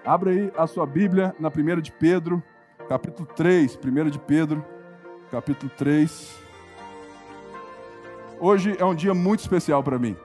Abra aí a sua Bíblia na 1 de Pedro, capítulo 3. 1 de Pedro, capítulo 3. Hoje é um dia muito especial para mim.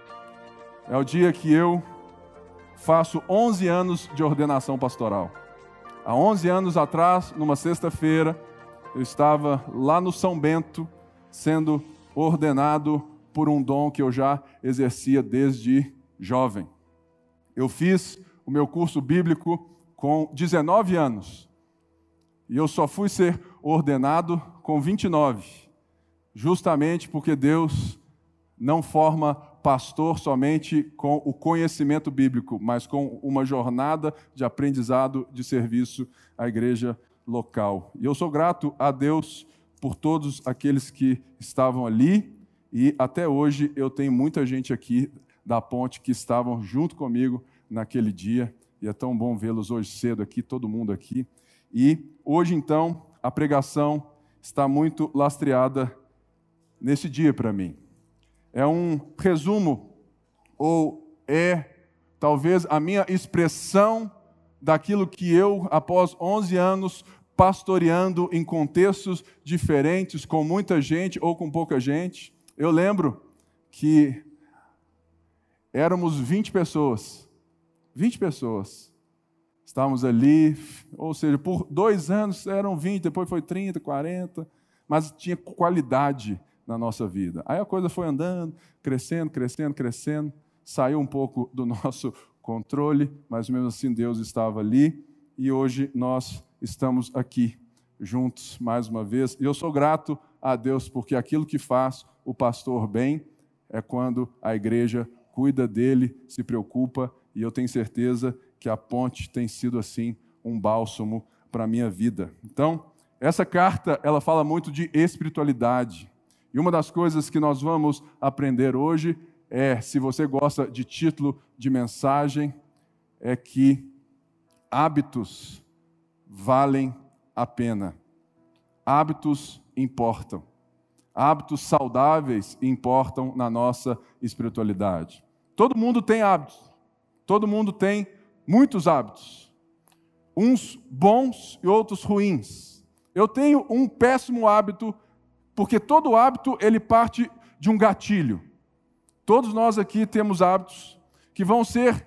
É o dia que eu faço 11 anos de ordenação pastoral. Há 11 anos atrás, numa sexta-feira, eu estava lá no São Bento, sendo ordenado por um dom que eu já exercia desde jovem. Eu fiz o meu curso bíblico com 19 anos. E eu só fui ser ordenado com 29. Justamente porque Deus não forma pastor somente com o conhecimento bíblico, mas com uma jornada de aprendizado, de serviço à igreja local. E eu sou grato a Deus por todos aqueles que estavam ali, e até hoje eu tenho muita gente aqui da ponte que estavam junto comigo naquele dia, e é tão bom vê-los hoje cedo aqui, todo mundo aqui. E hoje, então, a pregação está muito lastreada nesse dia para mim. É um resumo, ou é talvez a minha expressão daquilo que eu, após 11 anos, pastoreando em contextos diferentes, com muita gente ou com pouca gente. Eu lembro que éramos 20 pessoas. 20 pessoas. Estávamos ali, ou seja, por 2 anos eram 20, depois foi 30, 40, mas tinha qualidade na nossa vida. Aí a coisa foi andando, crescendo, saiu um pouco do nosso controle, mas mesmo assim Deus estava ali, e hoje nós estamos aqui, juntos mais uma vez, e eu sou grato a Deus, porque aquilo que faz o pastor bem é quando a igreja cuida dele, se preocupa, e eu tenho certeza que a ponte tem sido assim um bálsamo para a minha vida. Então, essa carta, ela fala muito de espiritualidade. E uma das coisas que nós vamos aprender hoje é, se você gosta de título de mensagem, é que hábitos valem a pena. Hábitos importam. Hábitos saudáveis importam na nossa espiritualidade. Todo mundo tem hábitos. Todo mundo tem muitos hábitos. Uns bons e outros ruins. Eu tenho um péssimo hábito, porque todo hábito ele parte de um gatilho. Todos nós aqui temos hábitos que vão ser,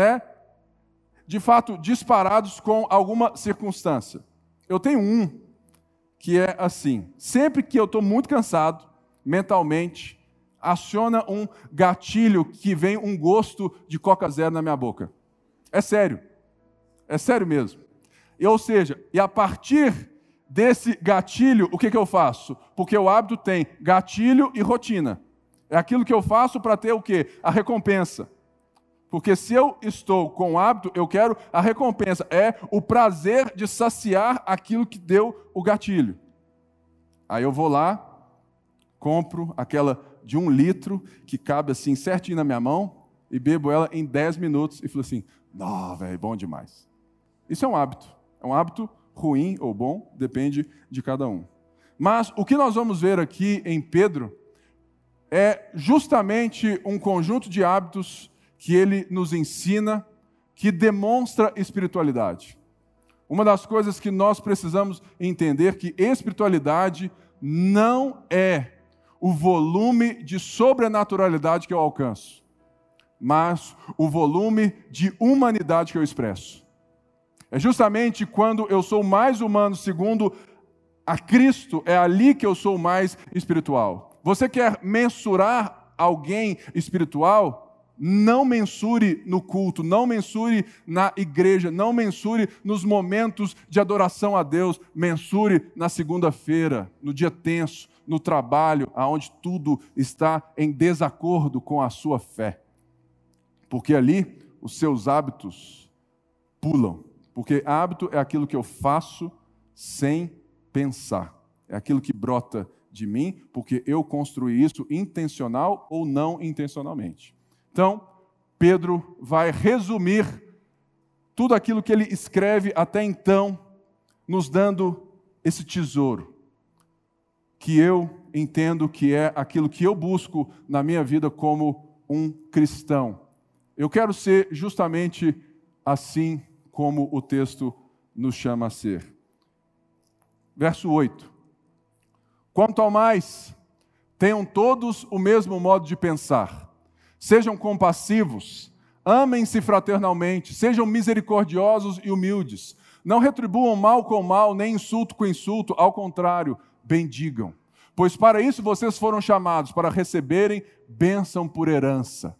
de fato, disparados com alguma circunstância. Eu tenho um que é assim: sempre que eu estou muito cansado, mentalmente, aciona um gatilho que vem um gosto de Coca Zero na minha boca. É sério mesmo. Ou seja, e a partir desse gatilho, o que eu faço? Porque o hábito tem gatilho e rotina. É aquilo que eu faço para ter o quê? A recompensa. Porque se eu estou com o hábito, eu quero a recompensa. É o prazer de saciar aquilo que deu o gatilho. Aí eu vou lá, compro aquela de 1 litro, que cabe assim certinho na minha mão, e bebo ela em 10 minutos, e falo assim, não, velho, bom demais. Isso é um hábito. É um hábito ruim ou bom, depende de cada um. Mas o que nós vamos ver aqui em Pedro é justamente um conjunto de hábitos que ele nos ensina, que demonstra espiritualidade. Uma das coisas que nós precisamos entender que espiritualidade não é o volume de sobrenaturalidade que eu alcanço, mas o volume de humanidade que eu expresso. É justamente quando eu sou mais humano segundo a Cristo, é ali que eu sou mais espiritual. Você quer mensurar alguém espiritual? Não mensure no culto, não mensure na igreja, não mensure nos momentos de adoração a Deus, mensure na segunda-feira, no dia tenso, no trabalho, onde tudo está em desacordo com a sua fé. Porque ali os seus hábitos pulam. Porque hábito é aquilo que eu faço sem pensar. É aquilo que brota de mim, porque eu construí isso intencional ou não intencionalmente. Então, Pedro vai resumir tudo aquilo que ele escreve até então, nos dando esse tesouro, que eu entendo que é aquilo que eu busco na minha vida como um cristão. Eu quero ser justamente assim como o texto nos chama a ser. Verso 8. Quanto ao mais, tenham todos o mesmo modo de pensar. Sejam compassivos, amem-se fraternalmente, sejam misericordiosos e humildes. Não retribuam mal com mal, nem insulto com insulto, ao contrário, bendigam. Pois para isso vocês foram chamados, para receberem bênção por herança.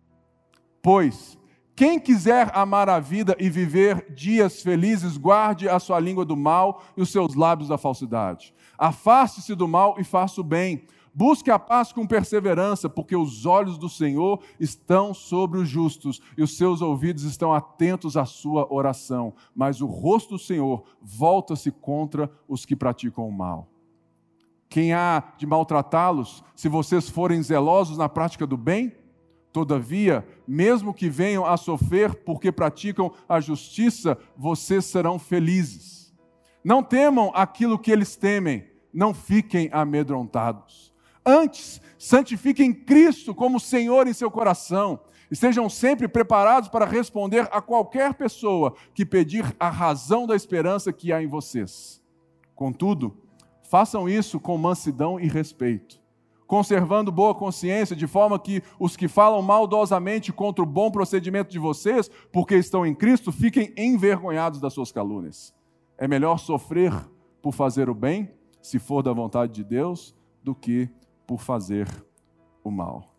Pois quem quiser amar a vida e viver dias felizes, guarde a sua língua do mal e os seus lábios da falsidade. Afaste-se do mal e faça o bem. Busque a paz com perseverança, porque os olhos do Senhor estão sobre os justos e os seus ouvidos estão atentos à sua oração. Mas o rosto do Senhor volta-se contra os que praticam o mal. Quem há de maltratá-los, se vocês forem zelosos na prática do bem? Todavia, mesmo que venham a sofrer porque praticam a justiça, vocês serão felizes. Não temam aquilo que eles temem, não fiquem amedrontados. Antes, santifiquem Cristo como Senhor em seu coração. Estejam sempre preparados para responder a qualquer pessoa que pedir a razão da esperança que há em vocês. Contudo, façam isso com mansidão e respeito, conservando boa consciência, de forma que os que falam maldosamente contra o bom procedimento de vocês, porque estão em Cristo, fiquem envergonhados das suas calúnias. É melhor sofrer por fazer o bem, se for da vontade de Deus, do que por fazer o mal.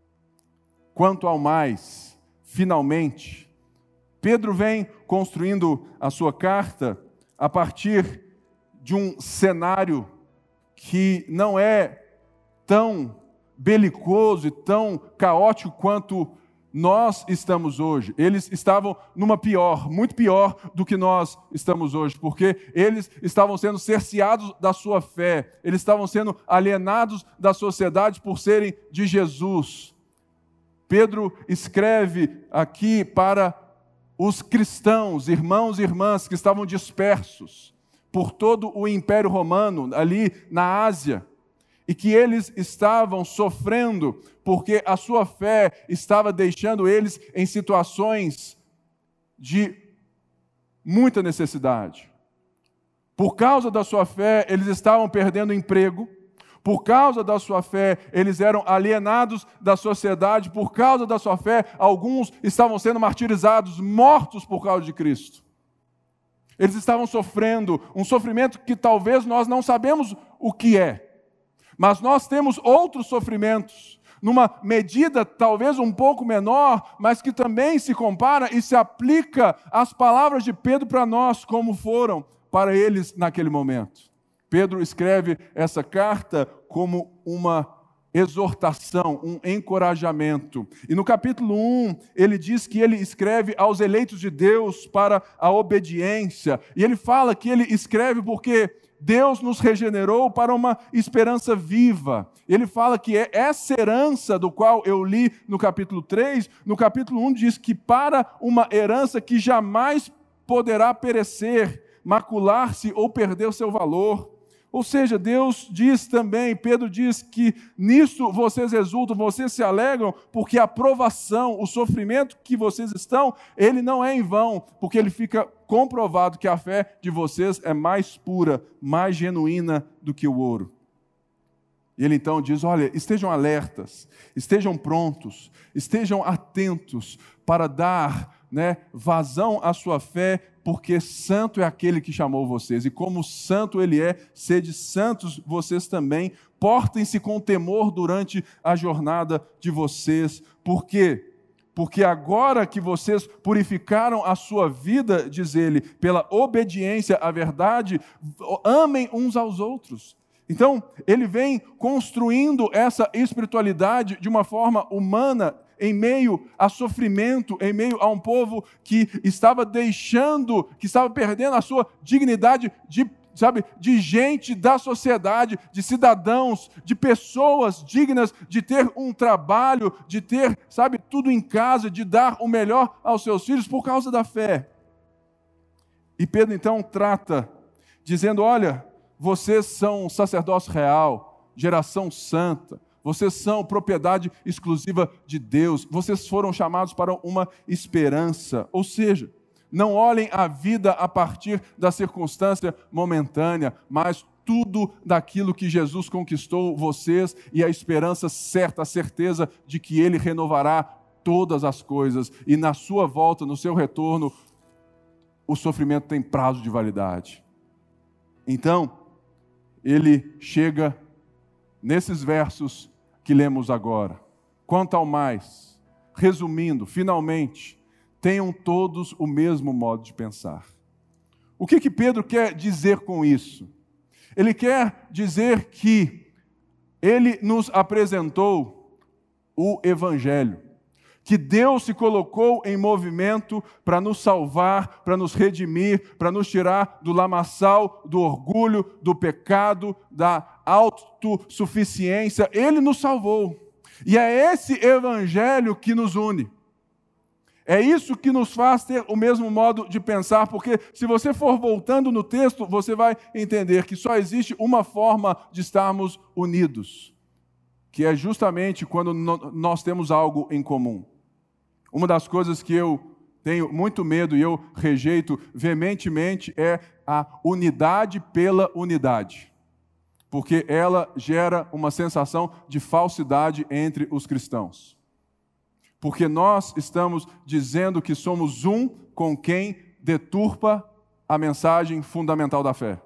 Quanto ao mais, finalmente, Pedro vem construindo a sua carta a partir de um cenário que não é tão belicoso e tão caótico quanto nós estamos hoje. Eles estavam numa pior, muito pior do que nós estamos hoje, porque eles estavam sendo cerceados da sua fé, eles estavam sendo alienados da sociedade por serem de Jesus. Pedro escreve aqui para os cristãos, irmãos e irmãs que estavam dispersos por todo o Império Romano, ali na Ásia, e que eles estavam sofrendo porque a sua fé estava deixando eles em situações de muita necessidade. Por causa da sua fé, eles estavam perdendo emprego. Por causa da sua fé, eles eram alienados da sociedade. Por causa da sua fé, alguns estavam sendo martirizados, mortos por causa de Cristo. Eles estavam sofrendo um sofrimento que talvez nós não sabemos o que é. Mas nós temos outros sofrimentos, numa medida talvez um pouco menor, mas que também se compara e se aplica às palavras de Pedro para nós, como foram para eles naquele momento. Pedro escreve essa carta como uma exortação, um encorajamento. E no capítulo 1, ele diz que ele escreve aos eleitos de Deus para a obediência. E ele fala que ele escreve porque Deus nos regenerou para uma esperança viva. Ele fala que é essa herança do qual eu li no capítulo 3, no capítulo 1 diz que para uma herança que jamais poderá perecer, macular-se ou perder o seu valor. Ou seja, Deus diz também, Pedro diz que nisso vocês exultam, vocês se alegram, porque a provação, o sofrimento que vocês estão, ele não é em vão, porque ele fica comprovado que a fé de vocês é mais pura, mais genuína do que o ouro. E ele então diz, olha, estejam alertas, estejam prontos, estejam atentos para dar vazão à sua fé, porque santo é aquele que chamou vocês, e como santo ele é, sede santos vocês também, portem-se com temor durante a jornada de vocês. Por quê? Porque agora que vocês purificaram a sua vida, diz ele, pela obediência à verdade, amem uns aos outros. Então, ele vem construindo essa espiritualidade de uma forma humana, em meio a sofrimento, em meio a um povo que estava deixando, que estava perdendo a sua dignidade de gente da sociedade, de cidadãos, de pessoas dignas de ter um trabalho, de ter, tudo em casa, de dar o melhor aos seus filhos por causa da fé. E Pedro então trata, dizendo, olha, vocês são sacerdócio real, geração santa, vocês são propriedade exclusiva de Deus, vocês foram chamados para uma esperança. Ou seja, Não olhem a vida a partir da circunstância momentânea, mas tudo daquilo que Jesus conquistou vocês e a esperança certa, a certeza de que Ele renovará todas as coisas. E na sua volta, no seu retorno, o sofrimento tem prazo de validade. Então, ele chega nesses versos que lemos agora. Quanto ao mais, resumindo, finalmente, tenham todos o mesmo modo de pensar. O que Pedro quer dizer com isso? Ele quer dizer que ele nos apresentou o Evangelho, que Deus se colocou em movimento para nos salvar, para nos redimir, para nos tirar do lamaçal, do orgulho, do pecado, da autossuficiência. Ele nos salvou. E é esse Evangelho que nos une. É isso que nos faz ter o mesmo modo de pensar, porque se você for voltando no texto, você vai entender que só existe uma forma de estarmos unidos, que é justamente quando nós temos algo em comum. Uma das coisas que eu tenho muito medo e eu rejeito veementemente é a unidade pela unidade, porque ela gera uma sensação de falsidade entre os cristãos. Porque nós estamos dizendo que somos um com quem deturpa a mensagem fundamental da fé.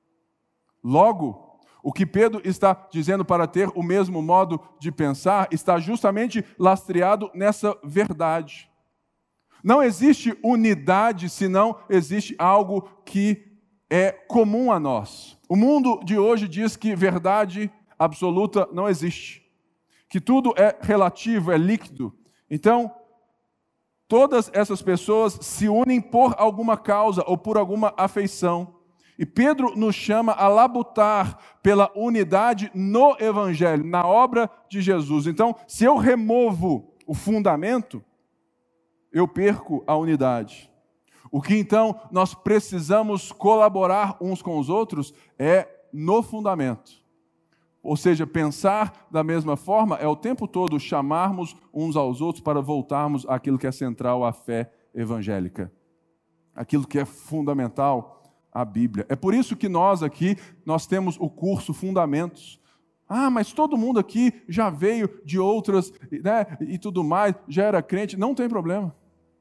Logo, o que Pedro está dizendo para ter o mesmo modo de pensar está justamente lastreado nessa verdade. Não existe unidade se não existe algo que é comum a nós. O mundo de hoje diz que verdade absoluta não existe, que tudo é relativo, é líquido. Então, todas essas pessoas se unem por alguma causa ou por alguma afeição. E Pedro nos chama a labutar pela unidade no Evangelho, na obra de Jesus. Então, se eu removo o fundamento, eu perco a unidade. O que então nós precisamos colaborar uns com os outros é no fundamento. Ou seja, pensar da mesma forma é o tempo todo chamarmos uns aos outros para voltarmos àquilo que é central à fé evangélica. Aquilo que é fundamental à Bíblia. É por isso que nós temos o curso Fundamentos. Ah, mas todo mundo aqui já veio de outras, né, e tudo mais, já era crente. Não tem problema.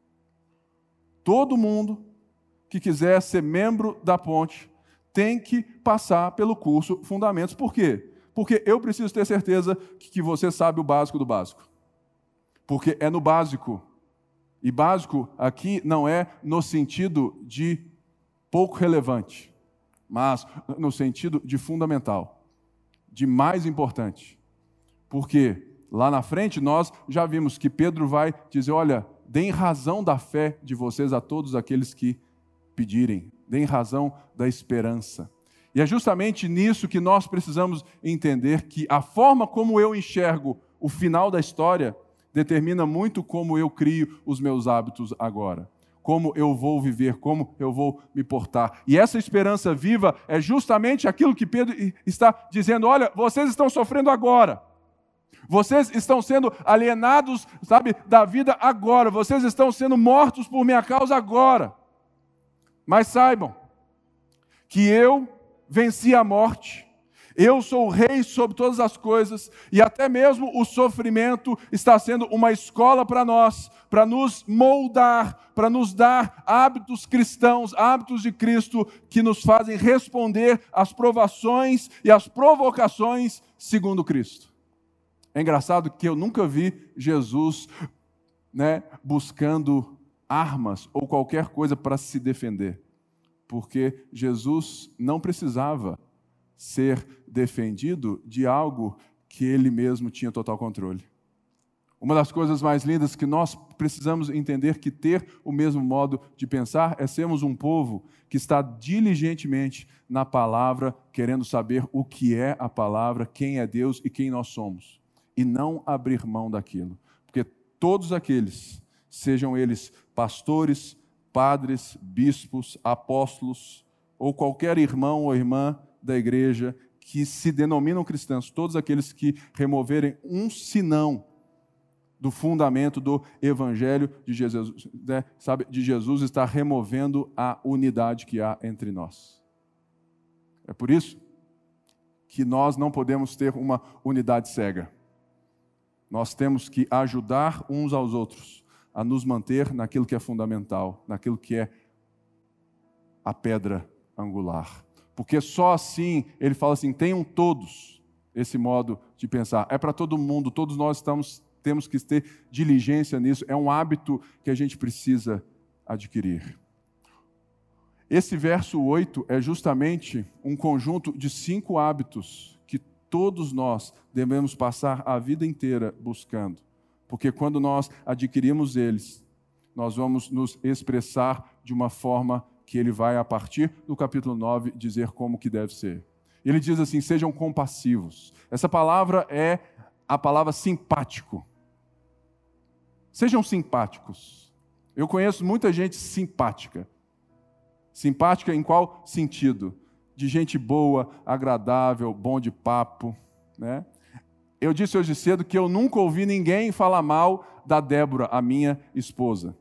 Todo mundo que quiser ser membro da Ponte tem que passar pelo curso Fundamentos. Por quê? Porque eu preciso ter certeza que você sabe o básico do básico. Porque é no básico. E básico aqui não é no sentido de pouco relevante, mas no sentido de fundamental, de mais importante. Porque lá na frente nós já vimos que Pedro vai dizer, olha, deem razão da fé de vocês a todos aqueles que pedirem. Deem razão da esperança. E é justamente nisso que nós precisamos entender que a forma como eu enxergo o final da história determina muito como eu crio os meus hábitos agora. Como eu vou viver, como eu vou me portar. E essa esperança viva é justamente aquilo que Pedro está dizendo. Olha, vocês estão sofrendo agora. Vocês estão sendo alienados, da vida agora. Vocês estão sendo mortos por minha causa agora. Mas saibam que eu venci a morte, eu sou o rei sobre todas as coisas, e até mesmo o sofrimento está sendo uma escola para nós, para nos moldar, para nos dar hábitos cristãos, hábitos de Cristo, que nos fazem responder às provações e às provocações segundo Cristo. É engraçado que eu nunca vi Jesus, buscando armas ou qualquer coisa para se defender. Porque Jesus não precisava ser defendido de algo que ele mesmo tinha total controle. Uma das coisas mais lindas que nós precisamos entender que ter o mesmo modo de pensar é sermos um povo que está diligentemente na palavra, querendo saber o que é a palavra, quem é Deus e quem nós somos. E não abrir mão daquilo. Porque todos aqueles, sejam eles pastores, padres, bispos, apóstolos, ou qualquer irmão ou irmã da igreja que se denominam cristãos, todos aqueles que removerem um sinão do fundamento do Evangelho de Jesus, né? Sabe, de Jesus está removendo a unidade que há entre nós. É por isso que nós não podemos ter uma unidade cega. Nós temos que ajudar uns aos outros a nos manter naquilo que é fundamental, naquilo que é a pedra angular. Porque só assim, ele fala assim, tenham todos esse modo de pensar. É para todo mundo, todos nós temos que ter diligência nisso, é um hábito que a gente precisa adquirir. Esse verso 8 é justamente um conjunto de 5 hábitos que todos nós devemos passar a vida inteira buscando. Porque quando nós adquirimos eles, nós vamos nos expressar de uma forma que ele vai, a partir do capítulo 9, dizer como que deve ser. Ele diz assim, sejam compassivos. Essa palavra é a palavra simpático. Sejam simpáticos. Eu conheço muita gente simpática. Simpática em qual sentido? De gente boa, agradável, bom de papo, né? Eu disse hoje cedo que eu nunca ouvi ninguém falar mal da Débora, a minha esposa.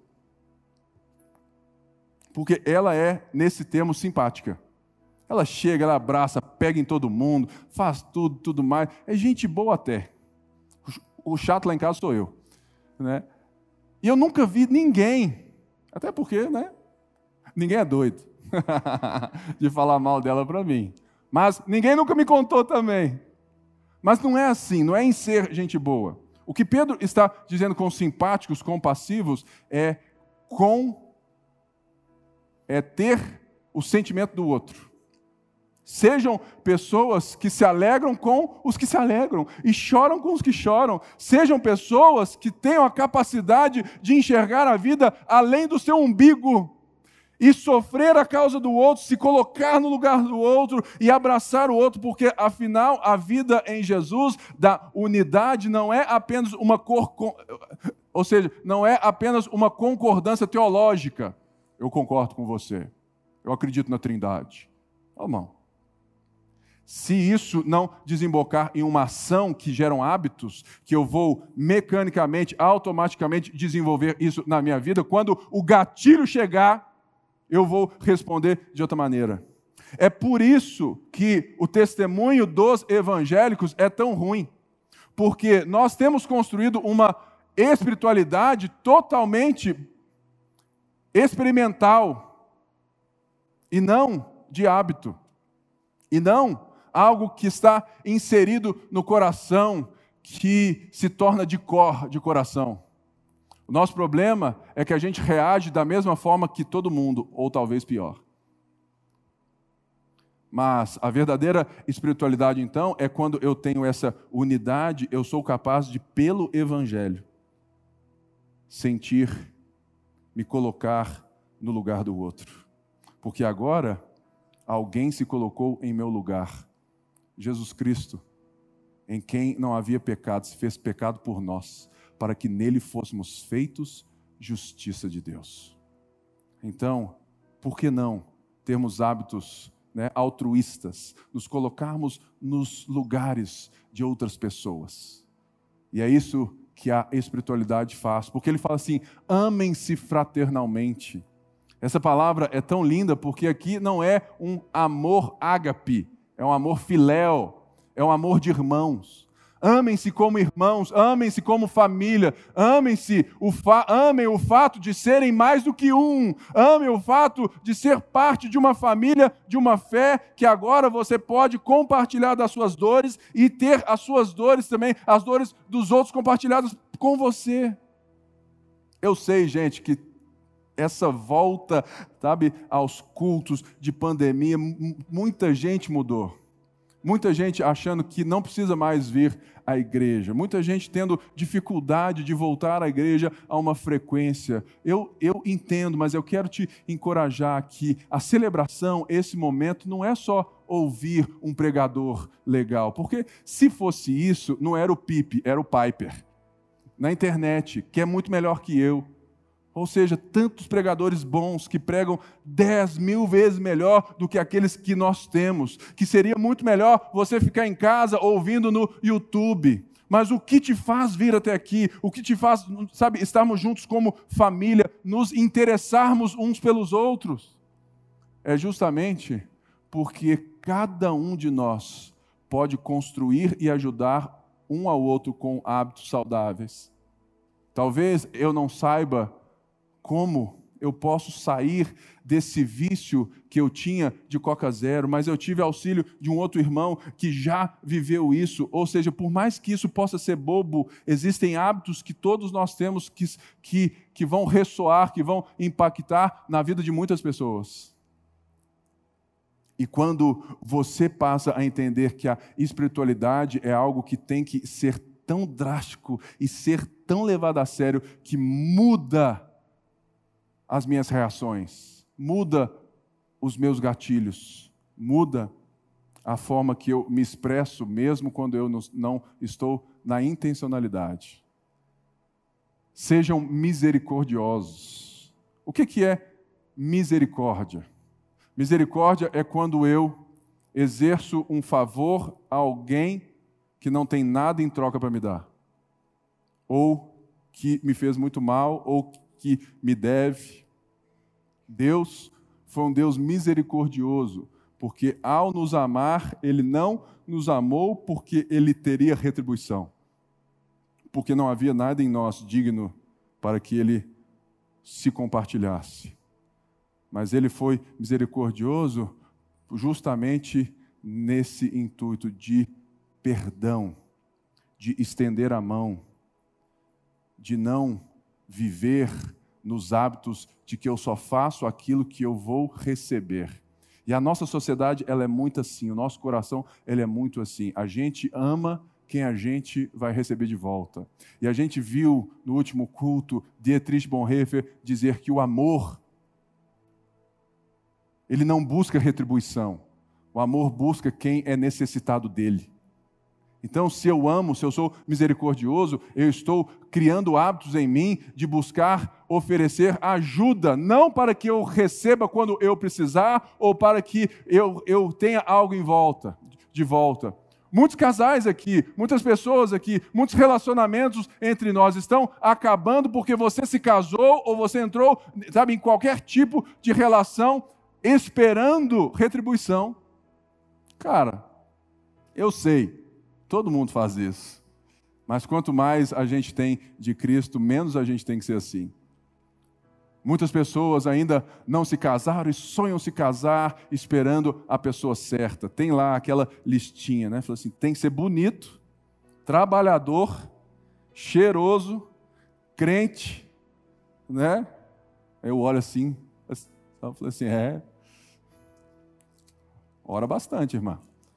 Porque ela é, nesse termo, simpática. Ela chega, ela abraça, pega em todo mundo, faz tudo mais. É gente boa até. O chato lá em casa sou eu, né? E eu nunca vi ninguém, até porque, né? Ninguém é doido de falar mal dela para mim. Mas ninguém nunca me contou também. Mas não é assim, não é em ser gente boa. O que Pedro está dizendo com simpáticos, compassivos, é ter o sentimento do outro. Sejam pessoas que se alegram com os que se alegram e choram com os que choram. Sejam pessoas que tenham a capacidade de enxergar a vida além do seu umbigo e sofrer a causa do outro, se colocar no lugar do outro e abraçar o outro, porque afinal a vida em Jesus da unidade não é apenas não é apenas uma concordância teológica. Eu concordo com você. Eu acredito na Trindade. Não. Se isso não desembocar em uma ação que geram hábitos, que eu vou mecanicamente, automaticamente desenvolver isso na minha vida, quando o gatilho chegar, eu vou responder de outra maneira. É por isso que o testemunho dos evangélicos é tão ruim, porque nós temos construído uma espiritualidade totalmente experimental e não de hábito, e não algo que está inserido no coração, que se torna de coração. O nosso problema é que a gente reage da mesma forma que todo mundo, ou talvez pior. Mas a verdadeira espiritualidade, então, é quando eu tenho essa unidade, eu sou capaz de, pelo Evangelho, sentir, me colocar no lugar do outro. Porque agora, alguém se colocou em meu lugar. Jesus Cristo, em quem não havia pecado, se fez pecado por nós, para que nele fôssemos feitos justiça de Deus. Então, por que não termos hábitos, altruístas, nos colocarmos nos lugares de outras pessoas? E é isso que a espiritualidade faz, porque ele fala assim, amem-se fraternalmente. Essa palavra é tão linda porque aqui não é um amor ágape, é um amor filéu, é um amor de irmãos. Amem-se como irmãos, amem-se como família, amem o fato de serem mais do que um, amem o fato de ser parte de uma família, de uma fé, que agora você pode compartilhar das suas dores e ter as suas dores também, as dores dos outros compartilhadas com você. Eu sei, gente, que essa volta, aos cultos de pandemia, muita gente mudou. Muita gente achando que não precisa mais vir à igreja. Muita gente tendo dificuldade de voltar à igreja a uma frequência. Eu entendo, mas eu quero te encorajar que a celebração, esse momento, não é só ouvir um pregador legal. Porque se fosse isso, não era o Pipe, era o Piper. Na internet, que é muito melhor que eu. Ou seja, tantos pregadores bons que pregam 10.000 vezes melhor do que aqueles que nós temos, que seria muito melhor você ficar em casa ouvindo no YouTube. mas o que te faz vir até aqui, o que te faz, sabe, estarmos juntos como família, nos interessarmos uns pelos outros, é justamente porque cada um de nós pode construir e ajudar um ao outro com hábitos saudáveis. Talvez eu não saiba como eu posso sair desse vício que eu tinha de Coca Zero, mas eu tive auxílio de um outro irmão que já viveu isso. Ou seja, por mais que isso possa ser bobo, existem hábitos que todos nós temos que vão ressoar, que vão impactar na vida de muitas pessoas. E quando você passa a entender que a espiritualidade é algo que tem que ser tão drástico e ser tão levado a sério que muda as minhas reações, muda os meus gatilhos, muda a forma que eu me expresso, mesmo quando eu não estou na intencionalidade. Sejam misericordiosos. O que é misericórdia? Misericórdia é quando eu exerço um favor a alguém que não tem nada em troca para me dar, ou que me fez muito mal, ou que me deve. Deus foi um Deus misericordioso, porque ao nos amar, Ele não nos amou porque Ele teria retribuição, porque não havia nada em nós digno para que Ele se compartilhasse. Mas Ele foi misericordioso justamente nesse intuito de perdão, de estender a mão, de não viver nos hábitos de que eu só faço aquilo que eu vou receber. E a nossa sociedade, ela é muito assim, o nosso coração, ele é muito assim. A gente ama quem a gente vai receber de volta. E a gente viu no último culto Dietrich Bonhoeffer dizer que o amor, ele não busca retribuição. O amor busca quem é necessitado dele. Então, se eu amo, se eu sou misericordioso, eu estou criando hábitos em mim de buscar oferecer ajuda, não para que eu receba quando eu precisar, ou para que eu tenha algo de volta. Muitos casais aqui, muitas pessoas aqui, muitos relacionamentos entre nós estão acabando porque você se casou ou você entrou, sabe, em qualquer tipo de relação esperando retribuição. Cara, eu sei. Todo mundo faz isso. Mas quanto mais a gente tem de Cristo, menos a gente tem que ser assim. Muitas pessoas ainda não se casaram e sonham se casar esperando a pessoa certa. Tem lá aquela listinha, né? Fala assim, tem que ser bonito, trabalhador, cheiroso, crente, né? Eu olho assim, eu falo assim, ora bastante, irmã.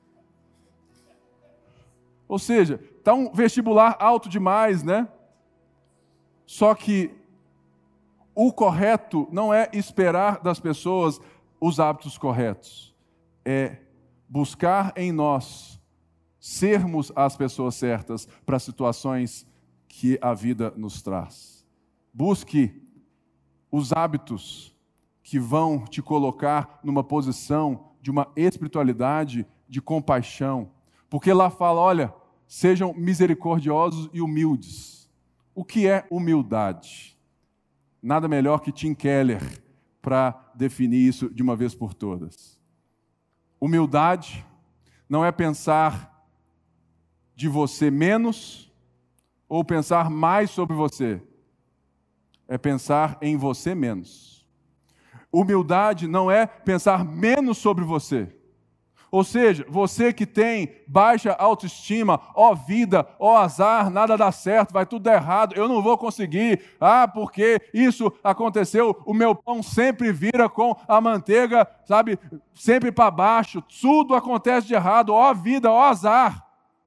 Ou seja, está um vestibular alto demais, né? Só que o correto não é esperar das pessoas os hábitos corretos. É buscar em nós sermos as pessoas certas para as situações que a vida nos traz. Busque os hábitos que vão te colocar numa posição de uma espiritualidade de compaixão. Porque lá fala, olha, sejam misericordiosos e humildes. O que é humildade? Nada melhor que Tim Keller para definir isso de uma vez por todas. Humildade não é pensar de você menos ou pensar mais sobre você. É pensar em você menos. Humildade não é pensar menos sobre você. Ou seja, você que tem baixa autoestima, ó vida, ó azar, nada dá certo, vai tudo dar errado, eu não vou conseguir, porque isso aconteceu, o meu pão sempre vira com a manteiga, sabe, sempre para baixo, tudo acontece de errado, ó vida, ó azar.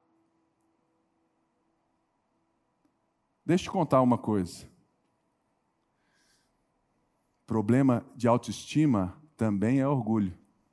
Deixa eu te contar uma coisa. Problema de autoestima também é orgulho.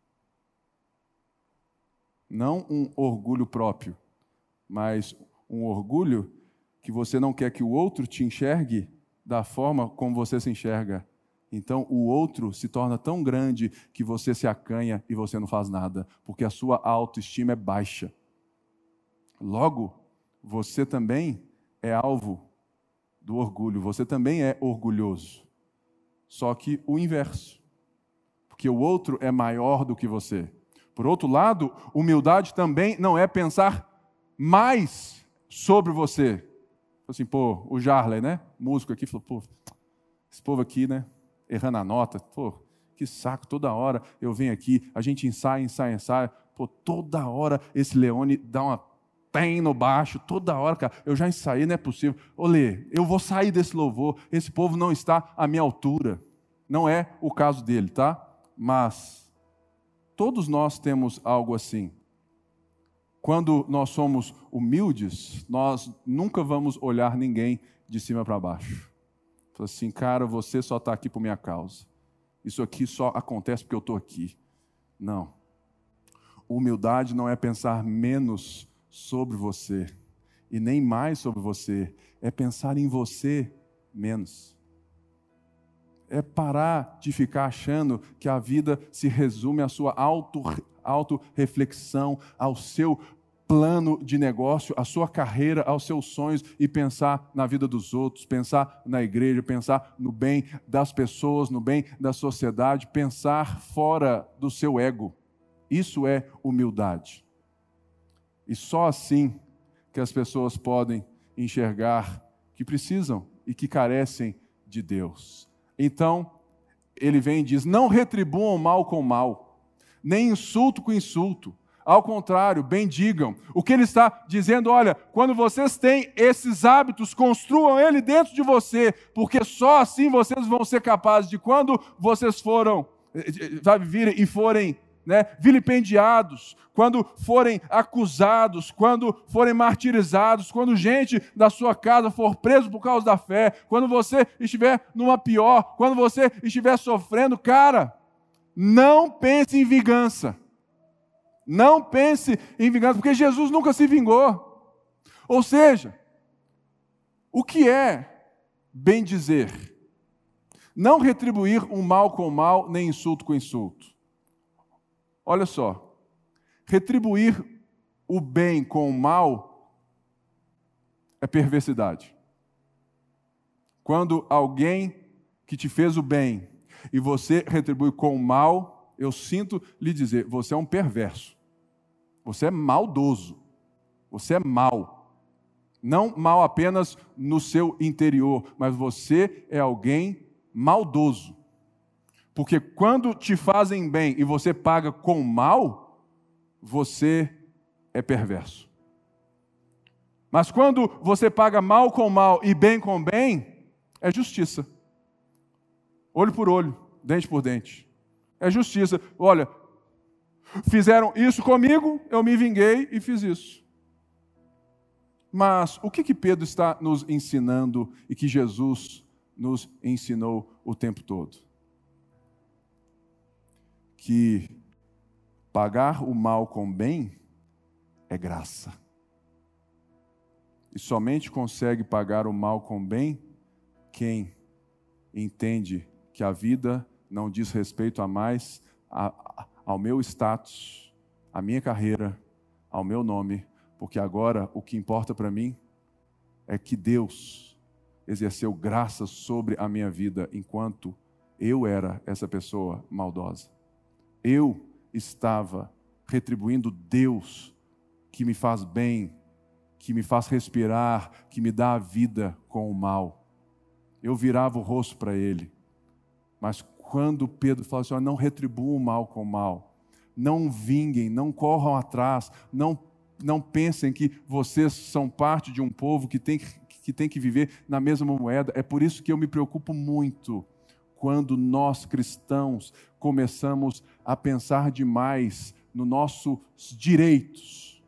Não um orgulho próprio, mas um orgulho que você não quer que o outro te enxergue da forma como você se enxerga. Então, o outro se torna tão grande que você se acanha e você não faz nada, porque a sua autoestima é baixa. Logo, você também é alvo do orgulho, você também é orgulhoso. Só que o inverso, porque o outro é maior do que você. Por outro lado, humildade também não é pensar mais sobre você. Assim, pô, o Jarley, né, músico aqui, falou, pô, esse povo aqui, né, errando a nota, pô, que saco, toda hora eu venho aqui, a gente ensaia, pô, toda hora esse Leone dá uma tem no baixo, toda hora, cara, eu já ensaiei, não é possível. Olê, eu vou sair desse louvor, esse povo não está à minha altura. Não é o caso dele, tá? Mas todos nós temos algo assim. Quando nós somos humildes, nós nunca vamos olhar ninguém de cima para baixo. Fala assim, cara, você só está aqui por minha causa. Isso aqui só acontece porque eu estou aqui. Não. Humildade não é pensar menos sobre você e nem mais sobre você. É pensar em você menos. É parar de ficar achando que a vida se resume à sua auto-reflexão, ao seu plano de negócio, à sua carreira, aos seus sonhos e pensar na vida dos outros, pensar na igreja, pensar no bem das pessoas, no bem da sociedade, pensar fora do seu ego. Isso é humildade. E só assim que as pessoas podem enxergar que precisam e que carecem de Deus. Então, ele vem e diz, não retribuam mal com mal, nem insulto com insulto. Ao contrário, bendigam. O que ele está dizendo, olha, quando vocês têm esses hábitos, construam ele dentro de você, porque só assim vocês vão ser capazes de, quando vocês virem e forem vilipendiados, quando forem acusados, quando forem martirizados, quando gente da sua casa for preso por causa da fé, quando você estiver numa pior, quando você estiver sofrendo, cara, não pense em vingança. Não pense em vingança, porque Jesus nunca se vingou. Ou seja, o que é bem dizer? Não retribuir um mal com mal, nem insulto com insulto. Olha só, retribuir o bem com o mal é perversidade. Quando alguém que te fez o bem e você retribui com o mal, eu sinto lhe dizer, você é um perverso. Você é maldoso. Você é mau. Não mal apenas no seu interior, mas você é alguém maldoso. Porque quando te fazem bem e você paga com mal, você é perverso. Mas quando você paga mal com mal e bem com bem, é justiça. Olho por olho, dente por dente. É justiça. Olha, fizeram isso comigo, eu me vinguei e fiz isso. Mas o que Pedro está nos ensinando e que Jesus nos ensinou o tempo todo? Que pagar o mal com bem é graça. E somente consegue pagar o mal com bem quem entende que a vida não diz respeito a mais ao meu status, à minha carreira, ao meu nome, porque agora o que importa para mim é que Deus exerceu graça sobre a minha vida enquanto eu era essa pessoa maldosa. Eu estava retribuindo Deus que me faz bem, que me faz respirar, que me dá a vida com o mal. Eu virava o rosto para Ele. Mas quando Pedro fala assim, não retribuam o mal com o mal, não vinguem, não corram atrás, não pensem que vocês são parte de um povo que tem que viver na mesma moeda. É por isso que eu me preocupo muito quando nós cristãos começamos a pensar demais nos nossos direitos.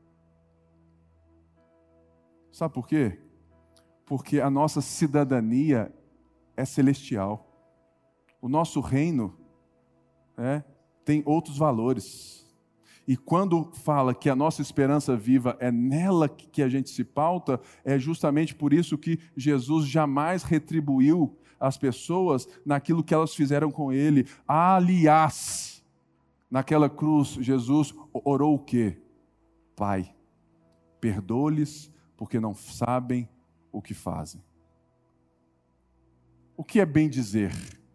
Sabe por quê? Porque a nossa cidadania é celestial. O nosso reino tem outros valores. E quando fala que a nossa esperança viva é nela que a gente se pauta, é justamente por isso que Jesus jamais retribuiu as pessoas naquilo que elas fizeram com Ele. Aliás, naquela cruz, Jesus orou o quê? Pai, perdoa-lhes porque não sabem o que fazem. O que é bem dizer?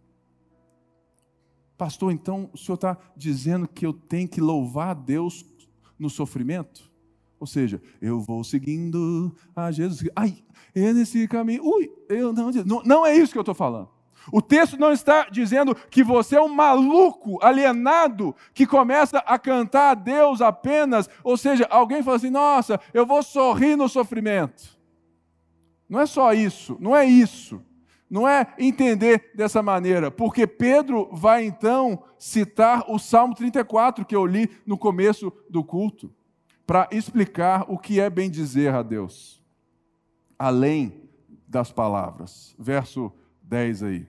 Pastor, então o senhor está dizendo que eu tenho que louvar a Deus no sofrimento? Ou seja, eu vou seguindo a Jesus. Ai, é nesse caminho. Não é isso que eu estou falando. O texto não está dizendo que você é um maluco, alienado, que começa a cantar a Deus apenas. Ou seja, alguém fala assim, nossa, eu vou sorrir no sofrimento. Não é só isso, não é isso. Não é entender dessa maneira, porque Pedro vai então citar o Salmo 34, que eu li no começo do culto, para explicar o que é bem dizer a Deus, além das palavras. Verso 10 aí.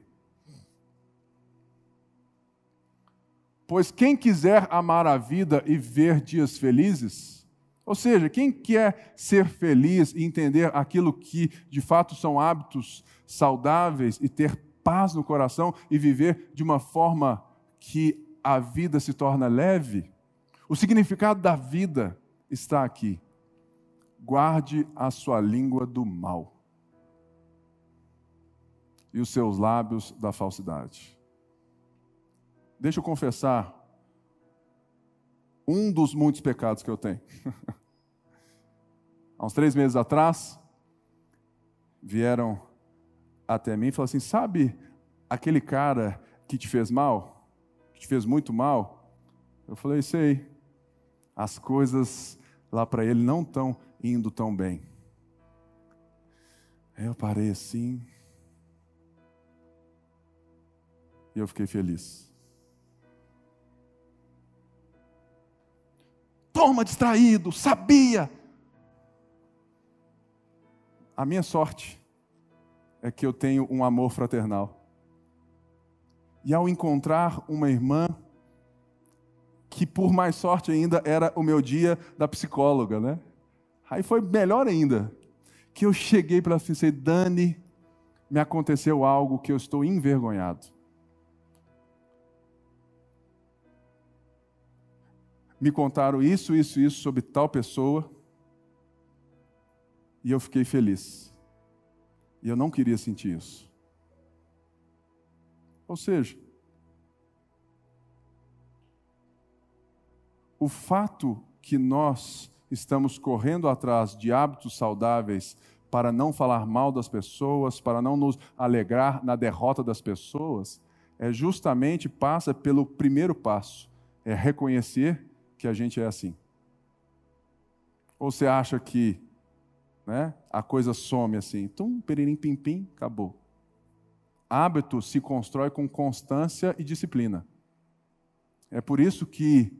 Pois quem quiser amar a vida e ver dias felizes, ou seja, quem quer ser feliz e entender aquilo que de fato são hábitos saudáveis e ter paz no coração e viver de uma forma que a vida se torna leve, o significado da vida está aqui. Guarde a sua língua do mal e os seus lábios da falsidade. Deixa eu confessar um dos muitos pecados que eu tenho. Há uns 3 meses atrás, vieram até mim e falaram assim, sabe aquele cara que te fez mal? Que te fez muito mal? Eu falei, sei. As coisas lá para ele não estão indo tão bem. Aí eu parei assim. E eu fiquei feliz. Toma, distraído, sabia. A minha sorte é que eu tenho um amor fraternal. E ao encontrar uma irmã, que por mais sorte ainda era o meu dia da psicóloga, né? Aí foi melhor ainda, que eu cheguei para ela e disse, Dani, me aconteceu algo que eu estou envergonhado. Me contaram isso sobre tal pessoa, e eu fiquei feliz. E eu não queria sentir isso. Ou seja, o fato que nós estamos correndo atrás de hábitos saudáveis para não falar mal das pessoas, para não nos alegrar na derrota das pessoas, justamente passa pelo primeiro passo, é reconhecer que a gente é assim. Ou você acha que, né, a coisa some assim, peririm, pim, pim, acabou. Hábito se constrói com constância e disciplina. É por isso que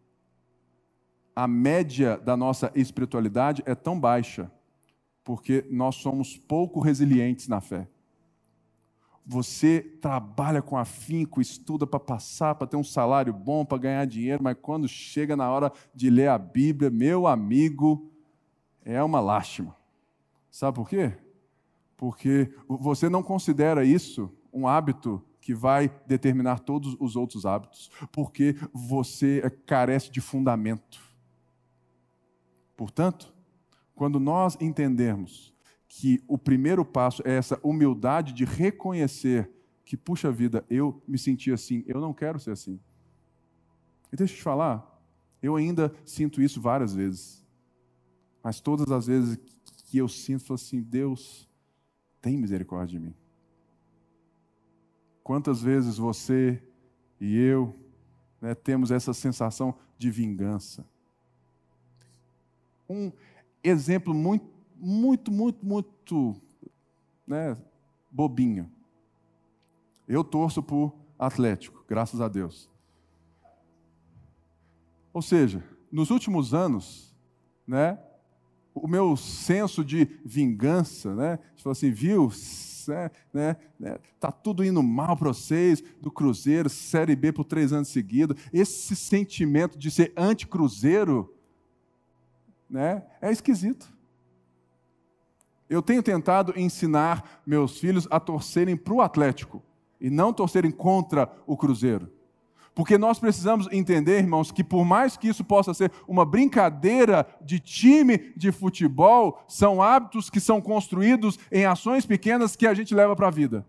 a média da nossa espiritualidade é tão baixa, porque nós somos pouco resilientes na fé. Você trabalha com afinco, estuda para passar, para ter um salário bom, para ganhar dinheiro, mas quando chega na hora de ler a Bíblia, meu amigo, é uma lástima. Sabe por quê? Porque você não considera isso um hábito que vai determinar todos os outros hábitos, porque você carece de fundamento. Portanto, quando nós entendemos que o primeiro passo é essa humildade de reconhecer que, puxa vida, eu me senti assim, eu não quero ser assim. E deixa eu te falar, eu ainda sinto isso várias vezes. Mas todas as vezes que eu sinto, eu falo assim, Deus, tem misericórdia de mim. Quantas vezes você e eu, né, temos essa sensação de vingança? Um exemplo muito, né, bobinho. Eu torço por Atlético, graças a Deus. Ou seja, nos últimos anos, né, o meu senso de vingança, né, falou assim, viu, tá tudo indo mal para vocês, do Cruzeiro, Série B por 3 anos seguidos, esse sentimento de ser anti-Cruzeiro, né, é esquisito. Eu tenho tentado ensinar meus filhos a torcerem para o Atlético e não torcerem contra o Cruzeiro. Porque nós precisamos entender, irmãos, que por mais que isso possa ser uma brincadeira de time de futebol, são hábitos que são construídos em ações pequenas que a gente leva para a vida.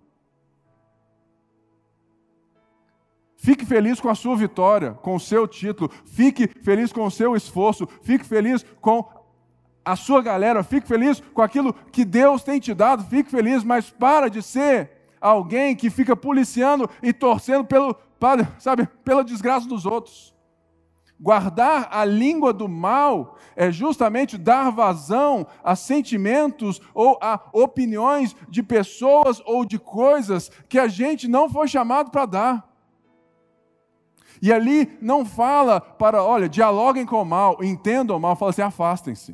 Fique feliz com a sua vitória, com o seu título. Fique feliz com o seu esforço. Fique feliz com a sua galera. Fique feliz com aquilo que Deus tem te dado. Fique feliz, mas para de ser alguém que fica policiando e torcendo pela desgraça dos outros. Guardar a língua do mal é justamente dar vazão a sentimentos ou a opiniões de pessoas ou de coisas que a gente não foi chamado para dar. E ali não fala olha, dialoguem com o mal, entendam o mal, fala assim, afastem-se.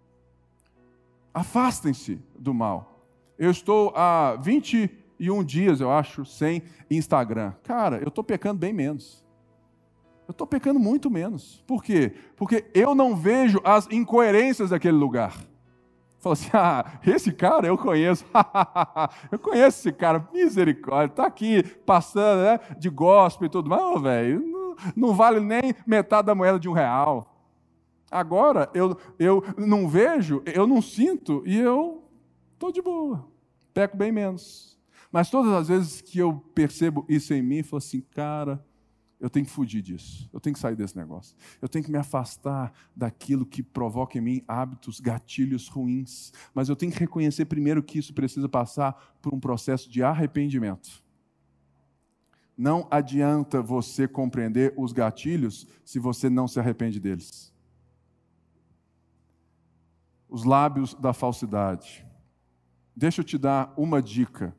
Afastem-se do mal. Eu estou há 21 dias, eu acho, sem Instagram. Cara, eu estou pecando bem menos. Eu estou pecando muito menos. Por quê? Porque eu não vejo as incoerências daquele lugar. Fala assim, esse cara eu conheço. Eu conheço esse cara, misericórdia. Está aqui passando, né, de gospel e tudo mais. Velho, não vale nem metade da moeda de R$1. Agora, eu não vejo, eu não sinto e eu estou de boa. Peco bem menos. Mas todas as vezes que eu percebo isso em mim, eu falo assim, cara, eu tenho que fugir disso, eu tenho que sair desse negócio, eu tenho que me afastar daquilo que provoca em mim hábitos, gatilhos ruins, mas eu tenho que reconhecer primeiro que isso precisa passar por um processo de arrependimento. Não adianta você compreender os gatilhos se você não se arrepende deles. Os lábios da falsidade. Deixa eu te dar uma dica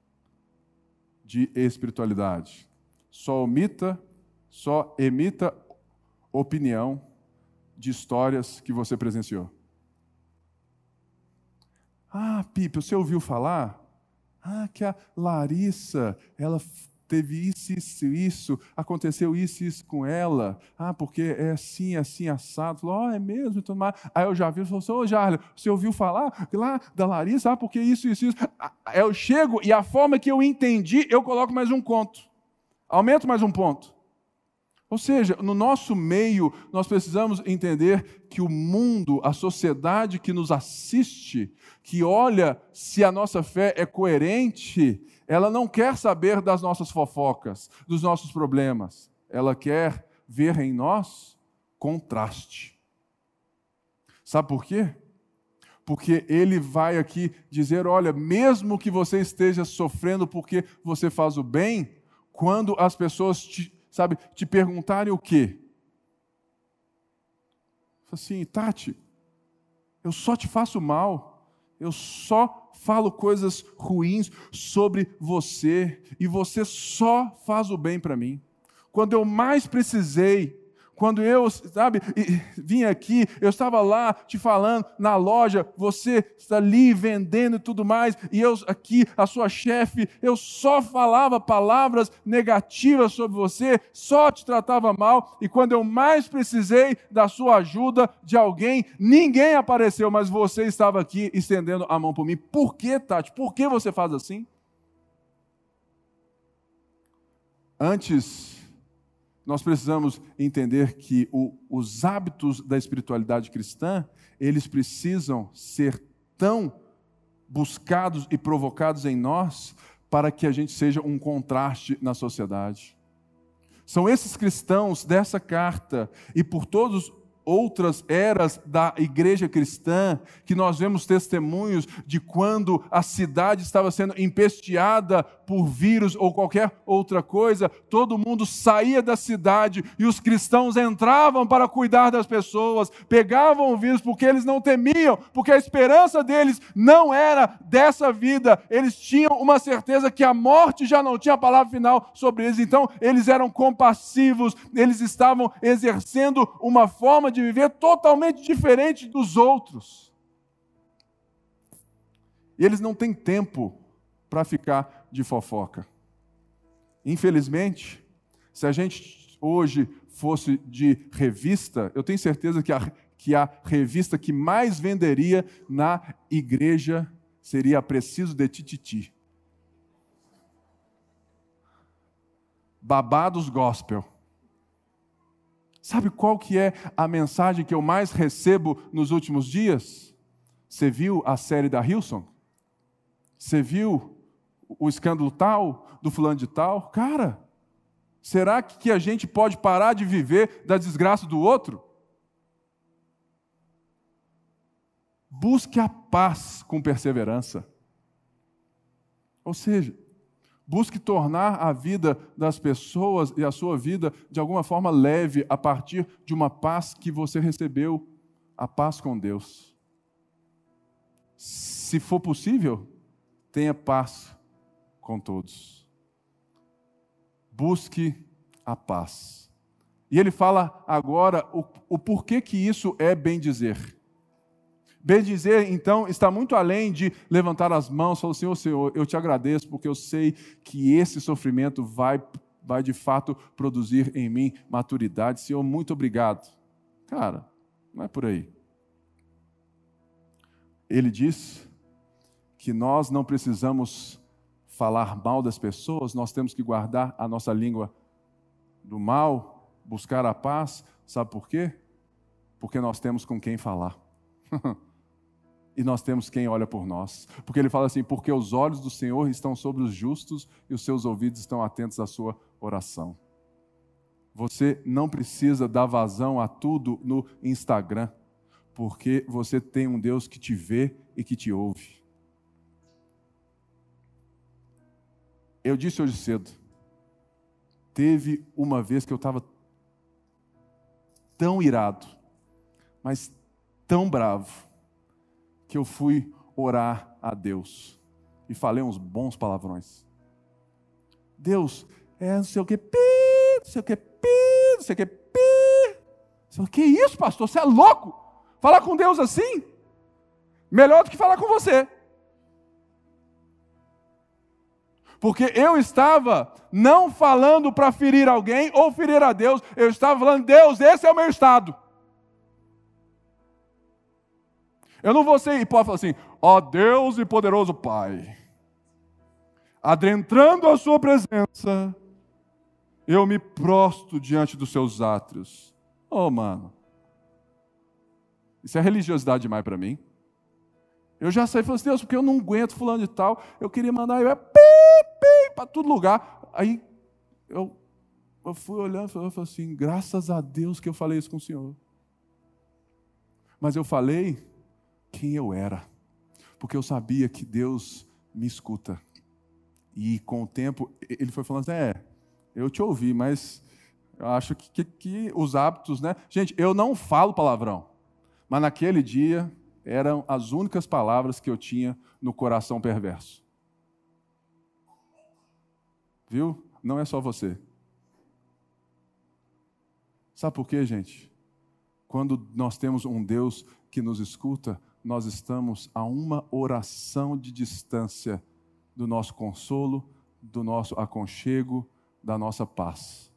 de espiritualidade. Só emita opinião de histórias que você presenciou. Pipe, você ouviu falar? Que a Larissa, ela teve isso, aconteceu isso com ela. Porque é assim, assado. Falou, é mesmo? Então, aí eu já vi, falou assim, Jarlio, você ouviu falar lá da Larissa? Porque isso. Eu chego e a forma que eu entendi, eu coloco mais um ponto. Aumento mais um ponto. Ou seja, no nosso meio, nós precisamos entender que o mundo, a sociedade que nos assiste, que olha se a nossa fé é coerente, ela não quer saber das nossas fofocas, dos nossos problemas. Ela quer ver em nós contraste. Sabe por quê? Porque ele vai aqui dizer, olha, mesmo que você esteja sofrendo porque você faz o bem, quando as pessoas te perguntarem o quê? Assim, Tati, eu só te faço mal, eu só falo coisas ruins sobre você, e você só faz o bem para mim. Quando eu mais precisei, quando eu, vim aqui, eu estava lá te falando na loja, você está ali vendendo e tudo mais, e eu aqui, a sua chefe, eu só falava palavras negativas sobre você, só te tratava mal, e quando eu mais precisei da sua ajuda, de alguém, ninguém apareceu, mas você estava aqui estendendo a mão por mim. Por que, Tati? Por que você faz assim? Antes, nós precisamos entender que os hábitos da espiritualidade cristã, eles precisam ser tão buscados e provocados em nós para que a gente seja um contraste na sociedade. São esses cristãos dessa carta e por todos outras eras da igreja cristã, que nós vemos testemunhos de quando a cidade estava sendo empesteada por vírus ou qualquer outra coisa, todo mundo saía da cidade e os cristãos entravam para cuidar das pessoas, pegavam o vírus porque eles não temiam, porque a esperança deles não era dessa vida, eles tinham uma certeza que a morte já não tinha a palavra final sobre eles, então eles eram compassivos, eles estavam exercendo uma forma de viver totalmente diferente dos outros. E eles não têm tempo para ficar de fofoca. Infelizmente, se a gente hoje fosse de revista, eu tenho certeza que a revista que mais venderia na igreja seria a Preciso de Tititi. Babados Gospel. Sabe qual que é a mensagem que eu mais recebo nos últimos dias? Você viu a série da Hillsong? Você viu o escândalo tal, do fulano de tal? Cara, será que a gente pode parar de viver da desgraça do outro? Busque a paz com perseverança. Ou seja, busque tornar a vida das pessoas e a sua vida de alguma forma leve a partir de uma paz que você recebeu, a paz com Deus. Se for possível, tenha paz com todos. Busque a paz. E ele fala agora o porquê que isso é bem dizer. Bem dizer, então, está muito além de levantar as mãos e falar, Senhor, eu te agradeço porque eu sei que esse sofrimento vai de fato produzir em mim maturidade. Senhor, muito obrigado. Cara, não é por aí. Ele diz que nós não precisamos falar mal das pessoas, nós temos que guardar a nossa língua do mal, buscar a paz. Sabe por quê? Porque nós temos com quem falar. E nós temos quem olha por nós. Porque ele fala assim, porque os olhos do Senhor estão sobre os justos e os seus ouvidos estão atentos à sua oração. Você não precisa dar vazão a tudo no Instagram, porque você tem um Deus que te vê e que te ouve. Eu disse hoje cedo, teve uma vez que eu estava tão irado, mas tão bravo, que eu fui orar a Deus e falei uns bons palavrões. Deus, não sei o que, não sei o que, não sei o que, que isso, pastor? Você é louco? Falar com Deus assim? Melhor do que falar com você. Porque eu estava não falando para ferir alguém ou ferir a Deus, eu estava falando, Deus, esse é o meu estado. Eu não vou ser hipócrita falar assim, ó Deus e poderoso Pai, adentrando a sua presença, eu me prostro diante dos seus átrios. Mano, isso é religiosidade demais para mim. Eu já saí e falei assim, Deus, porque eu não aguento fulano de tal, eu queria mandar para todo lugar. Aí eu fui olhando e falei assim, graças a Deus que eu falei isso com o Senhor. Mas eu falei quem eu era, porque eu sabia que Deus me escuta. E com o tempo, ele foi falando assim, eu te ouvi, mas eu acho que os hábitos, né? Gente, eu não falo palavrão, mas naquele dia eram as únicas palavras que eu tinha no coração perverso. Viu? Não é só você. Sabe por quê, gente? Quando nós temos um Deus que nos escuta, nós estamos a uma oração de distância do nosso consolo, do nosso aconchego, da nossa paz.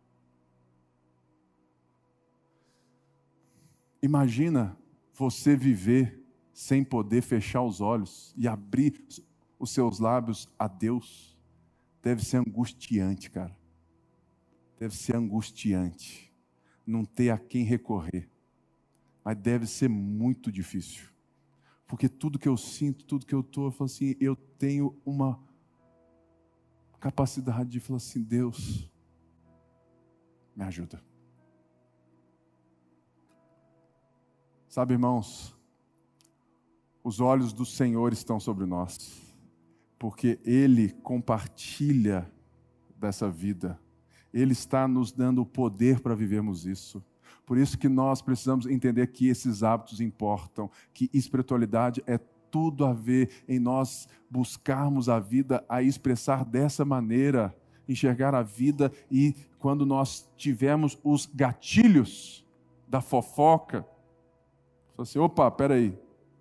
Imagina você viver sem poder fechar os olhos e abrir os seus lábios a Deus. Deve ser angustiante, cara. Deve ser angustiante. Não ter a quem recorrer. Mas deve ser muito difícil. Porque tudo que eu sinto, tudo que eu falo assim, eu tenho uma capacidade de falar assim, Deus, me ajuda. Sabe, irmãos, os olhos do Senhor estão sobre nós, porque Ele compartilha dessa vida. Ele está nos dando o poder para vivermos isso. Por isso que nós precisamos entender que esses hábitos importam, que espiritualidade é tudo a ver em nós buscarmos a vida, a expressar dessa maneira, enxergar a vida e quando nós tivermos os gatilhos da fofoca, assim, opa, peraí,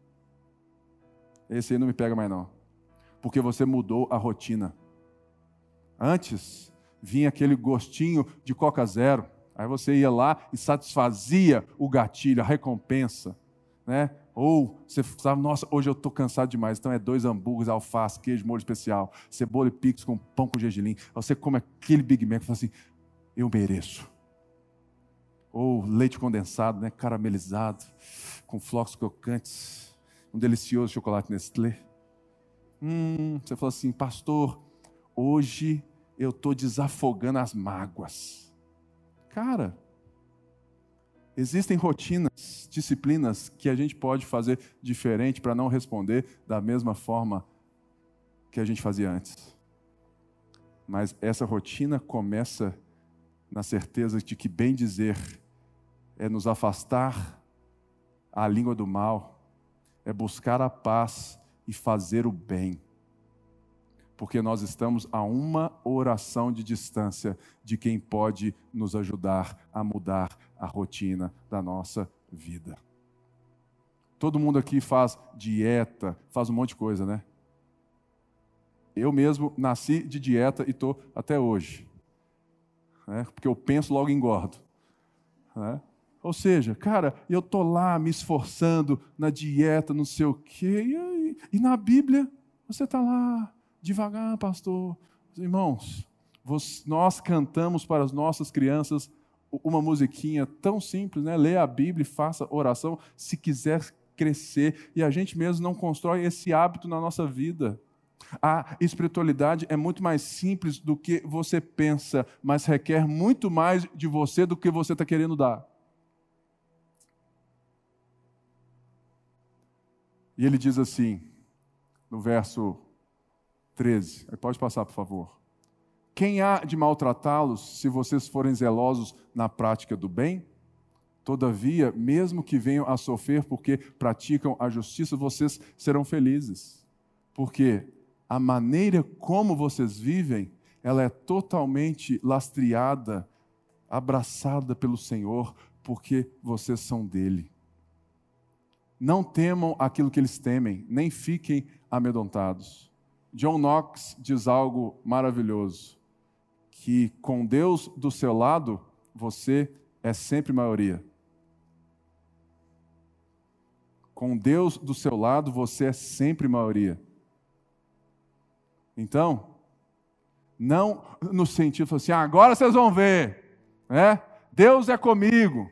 esse aí não me pega mais não, porque você mudou a rotina. Antes, vinha aquele gostinho de Coca Zero, aí você ia lá e satisfazia o gatilho, a recompensa, né? Ou você sabe, nossa, hoje eu estou cansado demais, então é 2 hambúrgueres, alface, queijo, molho especial, cebola e picles com pão com gergelim. Aí você come aquele Big Mac e fala assim, eu mereço. ou leite condensado, né, caramelizado, com flocos crocantes, um delicioso chocolate Nestlé. Você fala assim, pastor, hoje eu estou desafogando as mágoas. Cara, existem rotinas, disciplinas que a gente pode fazer diferente para não responder da mesma forma que a gente fazia antes. Mas essa rotina começa na certeza de que bem dizer é nos afastar a língua do mal, é buscar a paz e fazer o bem. Porque nós estamos a uma oração de distância de quem pode nos ajudar a mudar a rotina da nossa vida. Todo mundo aqui faz dieta, faz um monte de coisa, né? Eu mesmo nasci de dieta e estou até hoje. Né? Porque eu penso, logo engordo. Né? Ou seja, cara, eu estou lá me esforçando na dieta, não sei o quê, e na Bíblia você está lá, devagar, pastor. Irmãos, nós cantamos para as nossas crianças uma musiquinha tão simples, né? Leia a Bíblia e faça oração se quiser crescer, e a gente mesmo não constrói esse hábito na nossa vida. A espiritualidade é muito mais simples do que você pensa, mas requer muito mais de você do que você está querendo dar. E ele diz assim, no verso 13, pode passar, por favor. Quem há de maltratá-los se vocês forem zelosos na prática do bem? Todavia, mesmo que venham a sofrer porque praticam a justiça, vocês serão felizes. Porque a maneira como vocês vivem, ela é totalmente lastreada, abraçada pelo Senhor, porque vocês são dele. Não temam aquilo que eles temem, nem fiquem amedrontados. John Knox diz algo maravilhoso, que com Deus do seu lado, você é sempre maioria. Com Deus do seu lado, você é sempre maioria. Então, não no sentido assim, agora vocês vão ver, né? Deus é comigo.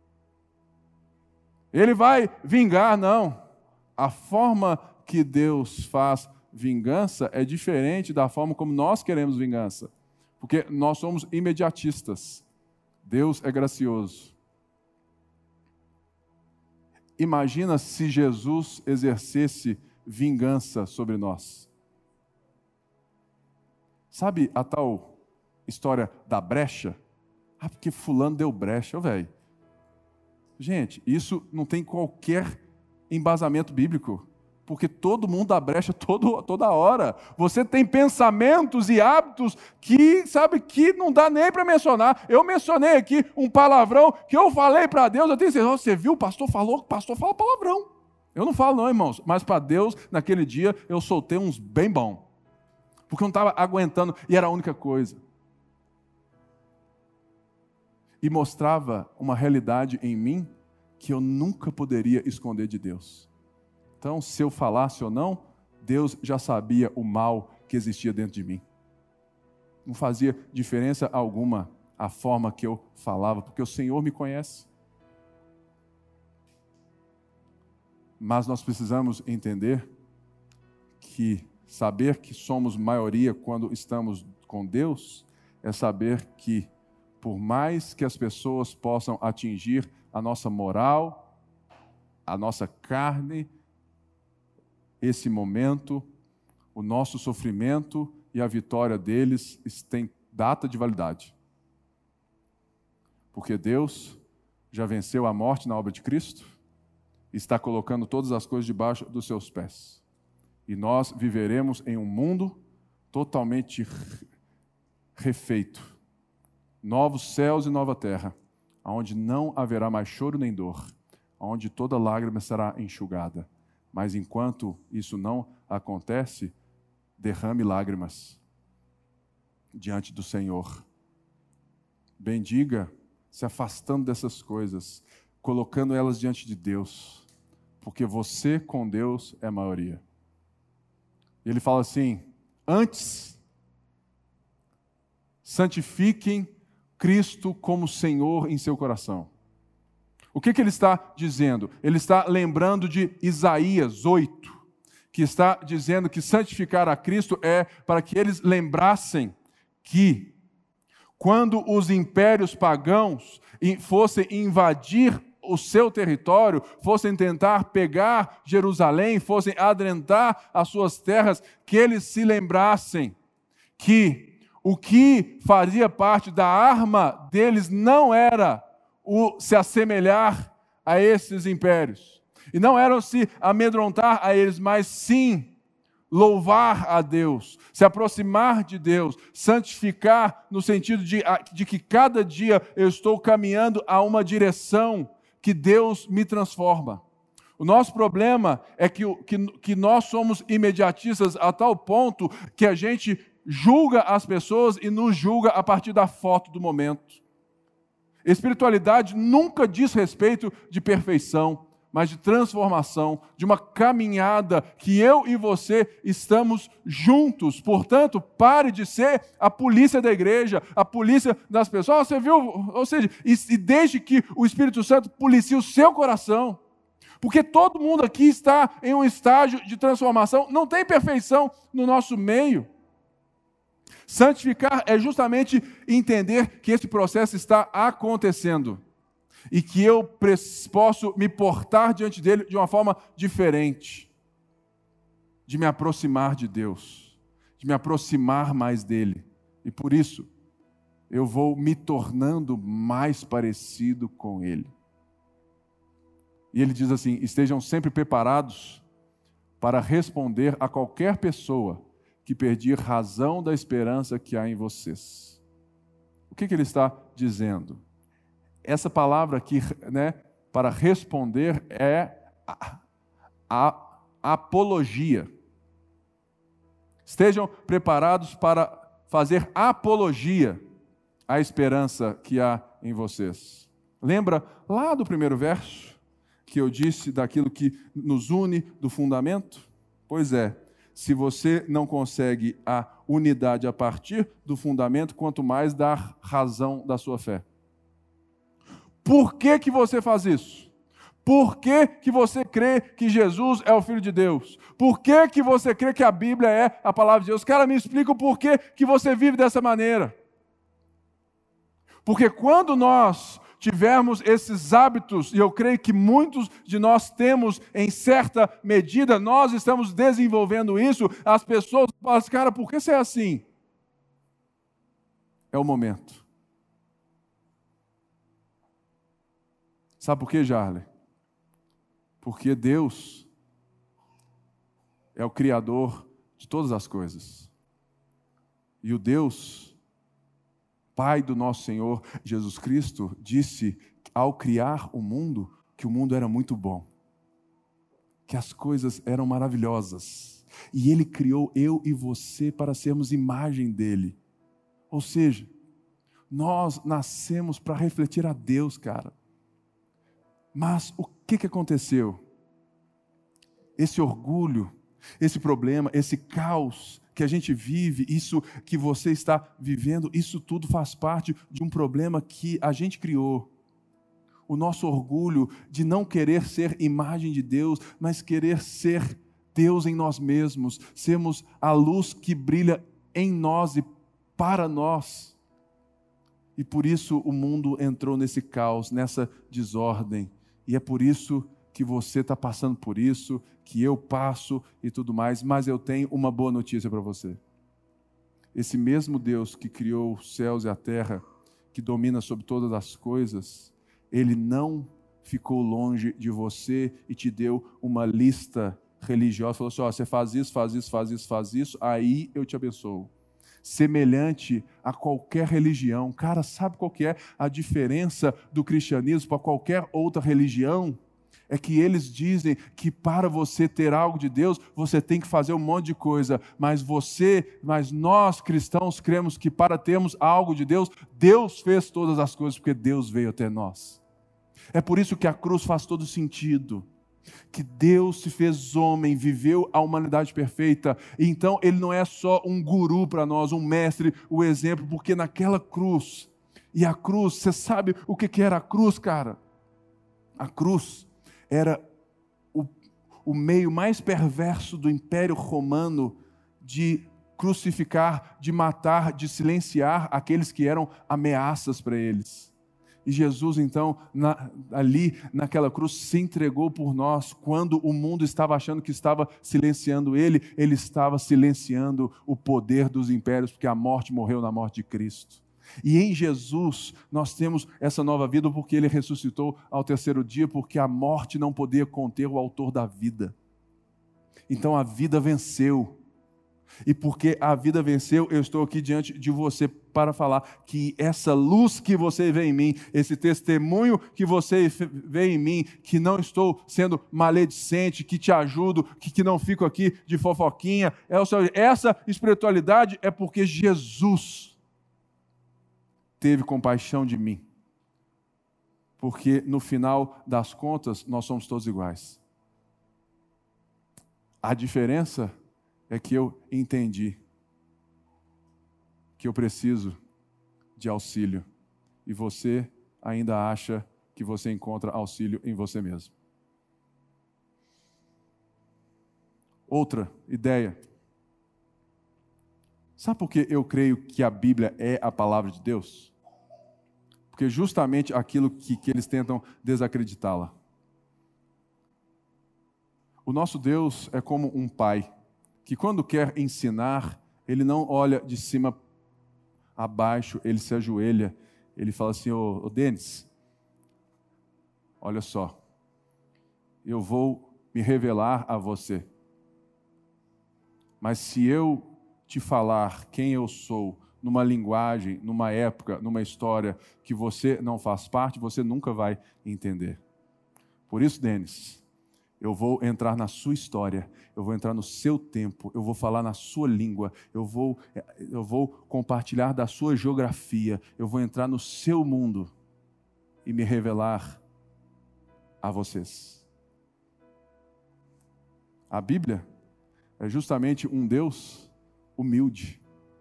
Ele vai vingar, não. A forma que Deus faz vingança é diferente da forma como nós queremos vingança. Porque nós somos imediatistas. Deus é gracioso. Imagina se Jesus exercesse vingança sobre nós. Sabe a tal história da brecha? Porque fulano deu brecha, velho. Gente, isso não tem qualquer embasamento bíblico. Porque todo mundo dá brecha toda hora. Você tem pensamentos e hábitos que, sabe, que não dá nem para mencionar. Eu mencionei aqui um palavrão que eu falei para Deus. Eu tenho certeza, você viu, o pastor fala palavrão. Eu não falo não, irmãos. Mas para Deus, naquele dia, eu soltei uns bem bom. Porque eu não estava aguentando e era a única coisa. E mostrava uma realidade em mim que eu nunca poderia esconder de Deus. Então, se eu falasse ou não, Deus já sabia o mal que existia dentro de mim. Não fazia diferença alguma a forma que eu falava, porque o Senhor me conhece. Mas nós precisamos entender que saber que somos maioria quando estamos com Deus é saber que, por mais que as pessoas possam atingir a nossa moral, a nossa carne, esse momento, o nosso sofrimento e a vitória deles têm data de validade. Porque Deus já venceu a morte na obra de Cristo e está colocando todas as coisas debaixo dos seus pés. E nós viveremos em um mundo totalmente refeito. Novos céus e nova terra, onde não haverá mais choro nem dor, onde toda lágrima será enxugada. Mas enquanto isso não acontece, derrame lágrimas diante do Senhor. Bendiga, se afastando dessas coisas, colocando elas diante de Deus, porque você com Deus é a maioria. Ele fala assim, antes, santifiquem Cristo como Senhor em seu coração. O que ele está dizendo? Ele está lembrando de Isaías 8, que está dizendo que santificar a Cristo é para que eles lembrassem que quando os impérios pagãos fossem invadir o seu território, fossem tentar pegar Jerusalém, fossem adentrar as suas terras, que eles se lembrassem que o que fazia parte da arma deles não era o se assemelhar a esses impérios. E não era o se amedrontar a eles, mas sim louvar a Deus, se aproximar de Deus, santificar no sentido de que cada dia eu estou caminhando a uma direção que Deus me transforma. O nosso problema é que nós somos imediatistas a tal ponto que a gente julga as pessoas e nos julga a partir da foto do momento. Espiritualidade nunca diz respeito de perfeição, mas de transformação, de uma caminhada que eu e você estamos juntos. Portanto, pare de ser a polícia da igreja, a polícia das pessoas. Você viu? Ou seja, e desde que o Espírito Santo policie o seu coração, porque todo mundo aqui está em um estágio de transformação, não tem perfeição no nosso meio. Santificar é justamente entender que esse processo está acontecendo e que eu posso me portar diante dele de uma forma diferente, de me aproximar de Deus, de me aproximar mais dele. E por isso, eu vou me tornando mais parecido com ele. E ele diz assim: estejam sempre preparados para responder a qualquer pessoa que pedir razão da esperança que há em vocês. O que ele está dizendo? Essa palavra aqui, para responder é a apologia. Estejam preparados para fazer apologia à esperança que há em vocês. Lembra lá do primeiro verso que eu disse daquilo que nos une do fundamento? Pois é, se você não consegue a unidade a partir do fundamento, quanto mais dar razão da sua fé. Por que você faz isso? Por que você crê que Jesus é o Filho de Deus? Por que você crê que a Bíblia é a palavra de Deus? Cara, me explica o porquê que você vive dessa maneira. Porque quando nós tivermos esses hábitos, e eu creio que muitos de nós temos em certa medida, nós estamos desenvolvendo isso, as pessoas falam assim: cara, por que você é assim? É o momento. Sabe por quê, Jarley? Porque Deus é o Criador de todas as coisas. E o Deus, Pai do nosso Senhor Jesus Cristo, disse ao criar o mundo, que o mundo era muito bom, que as coisas eram maravilhosas. E Ele criou eu e você para sermos imagem dEle. Ou seja, nós nascemos para refletir a Deus, cara. Mas o que aconteceu? Esse orgulho, esse problema, esse caos que a gente vive, isso que você está vivendo, isso tudo faz parte de um problema que a gente criou. O nosso orgulho de não querer ser imagem de Deus, mas querer ser Deus em nós mesmos, sermos a luz que brilha em nós e para nós. E por isso o mundo entrou nesse caos, nessa desordem. E é por isso que você está passando por isso, que eu passo e tudo mais, mas eu tenho uma boa notícia para você. Esse mesmo Deus que criou os céus e a terra, que domina sobre todas as coisas, Ele não ficou longe de você e te deu uma lista religiosa, falou assim: ó, você faz isso, faz isso, faz isso, faz isso, aí eu te abençoo. Semelhante a qualquer religião. Cara, sabe qual que é a diferença do cristianismo para qualquer outra religião? É que eles dizem que para você ter algo de Deus, você tem que fazer um monte de coisa, mas nós cristãos cremos que para termos algo de Deus, Deus fez todas as coisas porque Deus veio até nós. É por isso que a cruz faz todo sentido. Que Deus se fez homem, viveu a humanidade perfeita, e então Ele não é só um guru para nós, um mestre, o exemplo, porque naquela cruz, e a cruz, você sabe o que era a cruz, cara? A cruz era o meio mais perverso do Império Romano de crucificar, de matar, de silenciar aqueles que eram ameaças para eles. E Jesus, então, ali naquela cruz, se entregou por nós. Quando o mundo estava achando que estava silenciando ele estava silenciando o poder dos impérios, porque a morte morreu na morte de Cristo. E em Jesus nós temos essa nova vida porque Ele ressuscitou ao terceiro dia, porque a morte não podia conter o autor da vida. Então a vida venceu. E porque a vida venceu, eu estou aqui diante de você para falar que essa luz que você vê em mim, esse testemunho que você vê em mim, que não estou sendo maledicente, que te ajudo, que não fico aqui de fofoquinha, essa espiritualidade é porque Jesus teve compaixão de mim. Porque no final das contas, nós somos todos iguais. A diferença é que eu entendi que eu preciso de auxílio e você ainda acha que você encontra auxílio em você mesmo. Outra ideia. Sabe por que eu creio que a Bíblia é a palavra de Deus? Porque justamente aquilo que eles tentam desacreditá-la. O nosso Deus é como um pai que quando quer ensinar, ele não olha de cima a baixo, ele se ajoelha, ele fala assim, ô Denis, olha só, eu vou me revelar a você, mas se eu te falar quem eu sou, numa linguagem, numa época, numa história que você não faz parte, você nunca vai entender. Por isso, Denis, eu vou entrar na sua história, eu vou entrar no seu tempo, eu vou falar na sua língua, eu vou compartilhar da sua geografia, eu vou entrar no seu mundo e me revelar a vocês. A Bíblia é justamente um Deus humilde,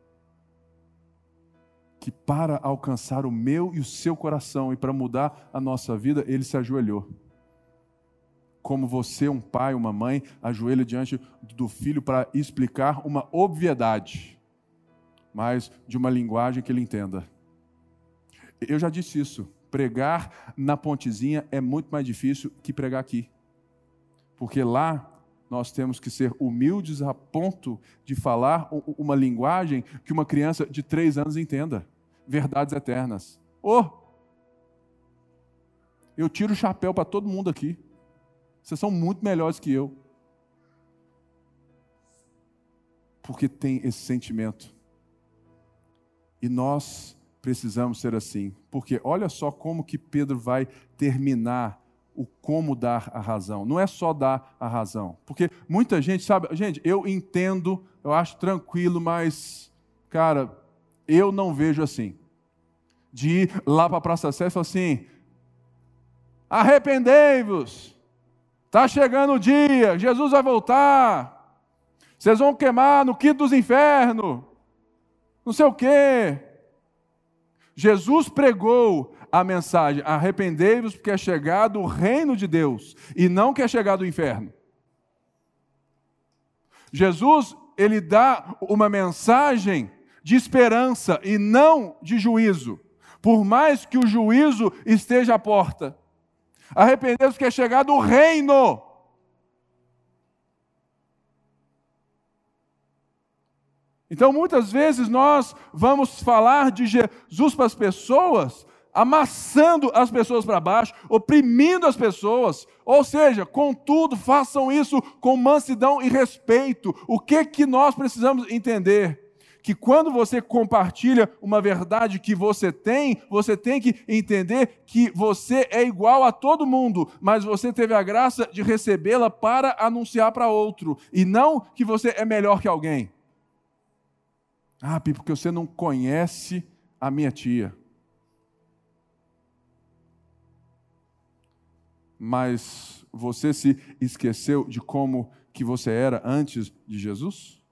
que para alcançar o meu e o seu coração e para mudar a nossa vida, Ele se ajoelhou. Como você, um pai, uma mãe, ajoelha diante do filho para explicar uma obviedade, mas de uma linguagem que ele entenda. Eu já disse isso, pregar na Pontezinha é muito mais difícil que pregar aqui, porque lá nós temos que ser humildes a ponto de falar uma linguagem que uma criança de 3 anos entenda, verdades eternas. Eu tiro o chapéu para todo mundo aqui. Vocês são muito melhores que eu. Porque tem esse sentimento. E nós precisamos ser assim. Porque olha só como que Pedro vai terminar o como dar a razão. Não é só dar a razão. Porque muita gente, sabe, gente, eu entendo, eu acho tranquilo, mas, cara, eu não vejo assim. De ir lá para a Praça Sé e falar assim, arrependei-vos. Está chegando o dia, Jesus vai voltar, vocês vão queimar no quinto dos infernos, não sei o quê. Jesus pregou a mensagem, arrependei-vos porque é chegado o reino de Deus, e não que é chegado o inferno. Jesus, ele dá uma mensagem de esperança e não de juízo, por mais que o juízo esteja à porta. Arrependei-vos que é chegado o reino. Então, muitas vezes nós vamos falar de Jesus para as pessoas, amassando as pessoas para baixo, oprimindo as pessoas. Ou seja, contudo, façam isso com mansidão e respeito. O que nós precisamos entender? Que quando você compartilha uma verdade que você tem que entender que você é igual a todo mundo, mas você teve a graça de recebê-la para anunciar para outro, e não que você é melhor que alguém. Porque você não conhece a minha tia. Mas você se esqueceu de como que você era antes de Jesus?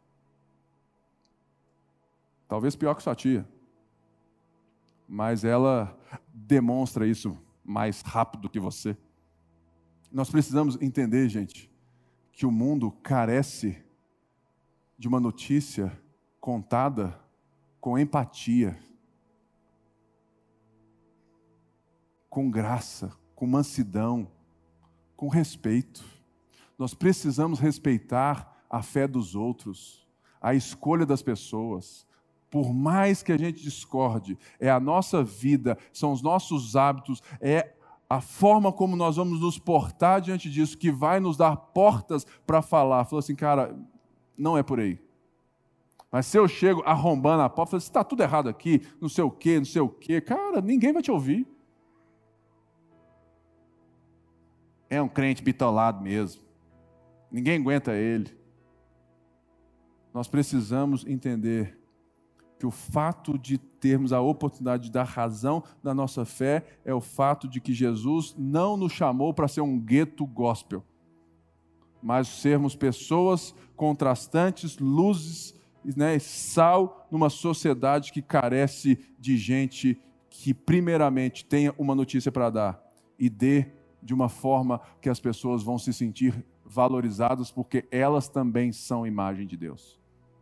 Talvez pior que sua tia, mas ela demonstra isso mais rápido que você. Nós precisamos entender, gente, que o mundo carece de uma notícia contada com empatia, com graça, com mansidão, com respeito. Nós precisamos respeitar a fé dos outros, a escolha das pessoas. Por mais que a gente discorde, é a nossa vida, são os nossos hábitos, é a forma como nós vamos nos portar diante disso que vai nos dar portas para falar. Falou assim, cara, não é por aí. Mas se eu chego arrombando a porta, falo assim, está tudo errado aqui, não sei o quê, cara, ninguém vai te ouvir. É um crente bitolado mesmo. Ninguém aguenta ele. Nós precisamos entender que o fato de termos a oportunidade de dar razão da nossa fé é o fato de que Jesus não nos chamou para ser um gueto gospel, mas sermos pessoas contrastantes, luzes, né, sal numa sociedade que carece de gente que primeiramente tenha uma notícia para dar e dê de uma forma que as pessoas vão se sentir valorizadas porque elas também são imagem de Deus.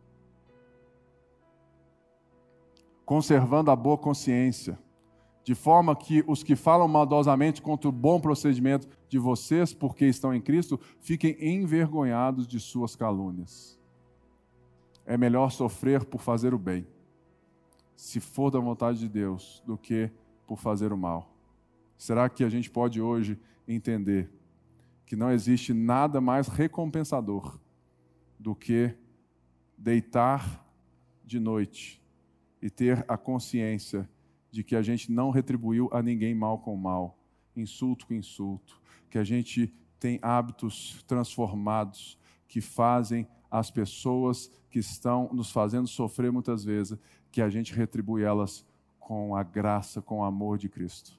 Conservando a boa consciência, de forma que os que falam maldosamente contra o bom procedimento de vocês, porque estão em Cristo, fiquem envergonhados de suas calúnias. É melhor sofrer por fazer o bem, se for da vontade de Deus, do que por fazer o mal. Será que a gente pode hoje entender que não existe nada mais recompensador do que deitar de noite e ter a consciência de que a gente não retribuiu a ninguém mal com mal, insulto com insulto, que a gente tem hábitos transformados que fazem as pessoas que estão nos fazendo sofrer muitas vezes, que a gente retribui elas com a graça, com o amor de Cristo.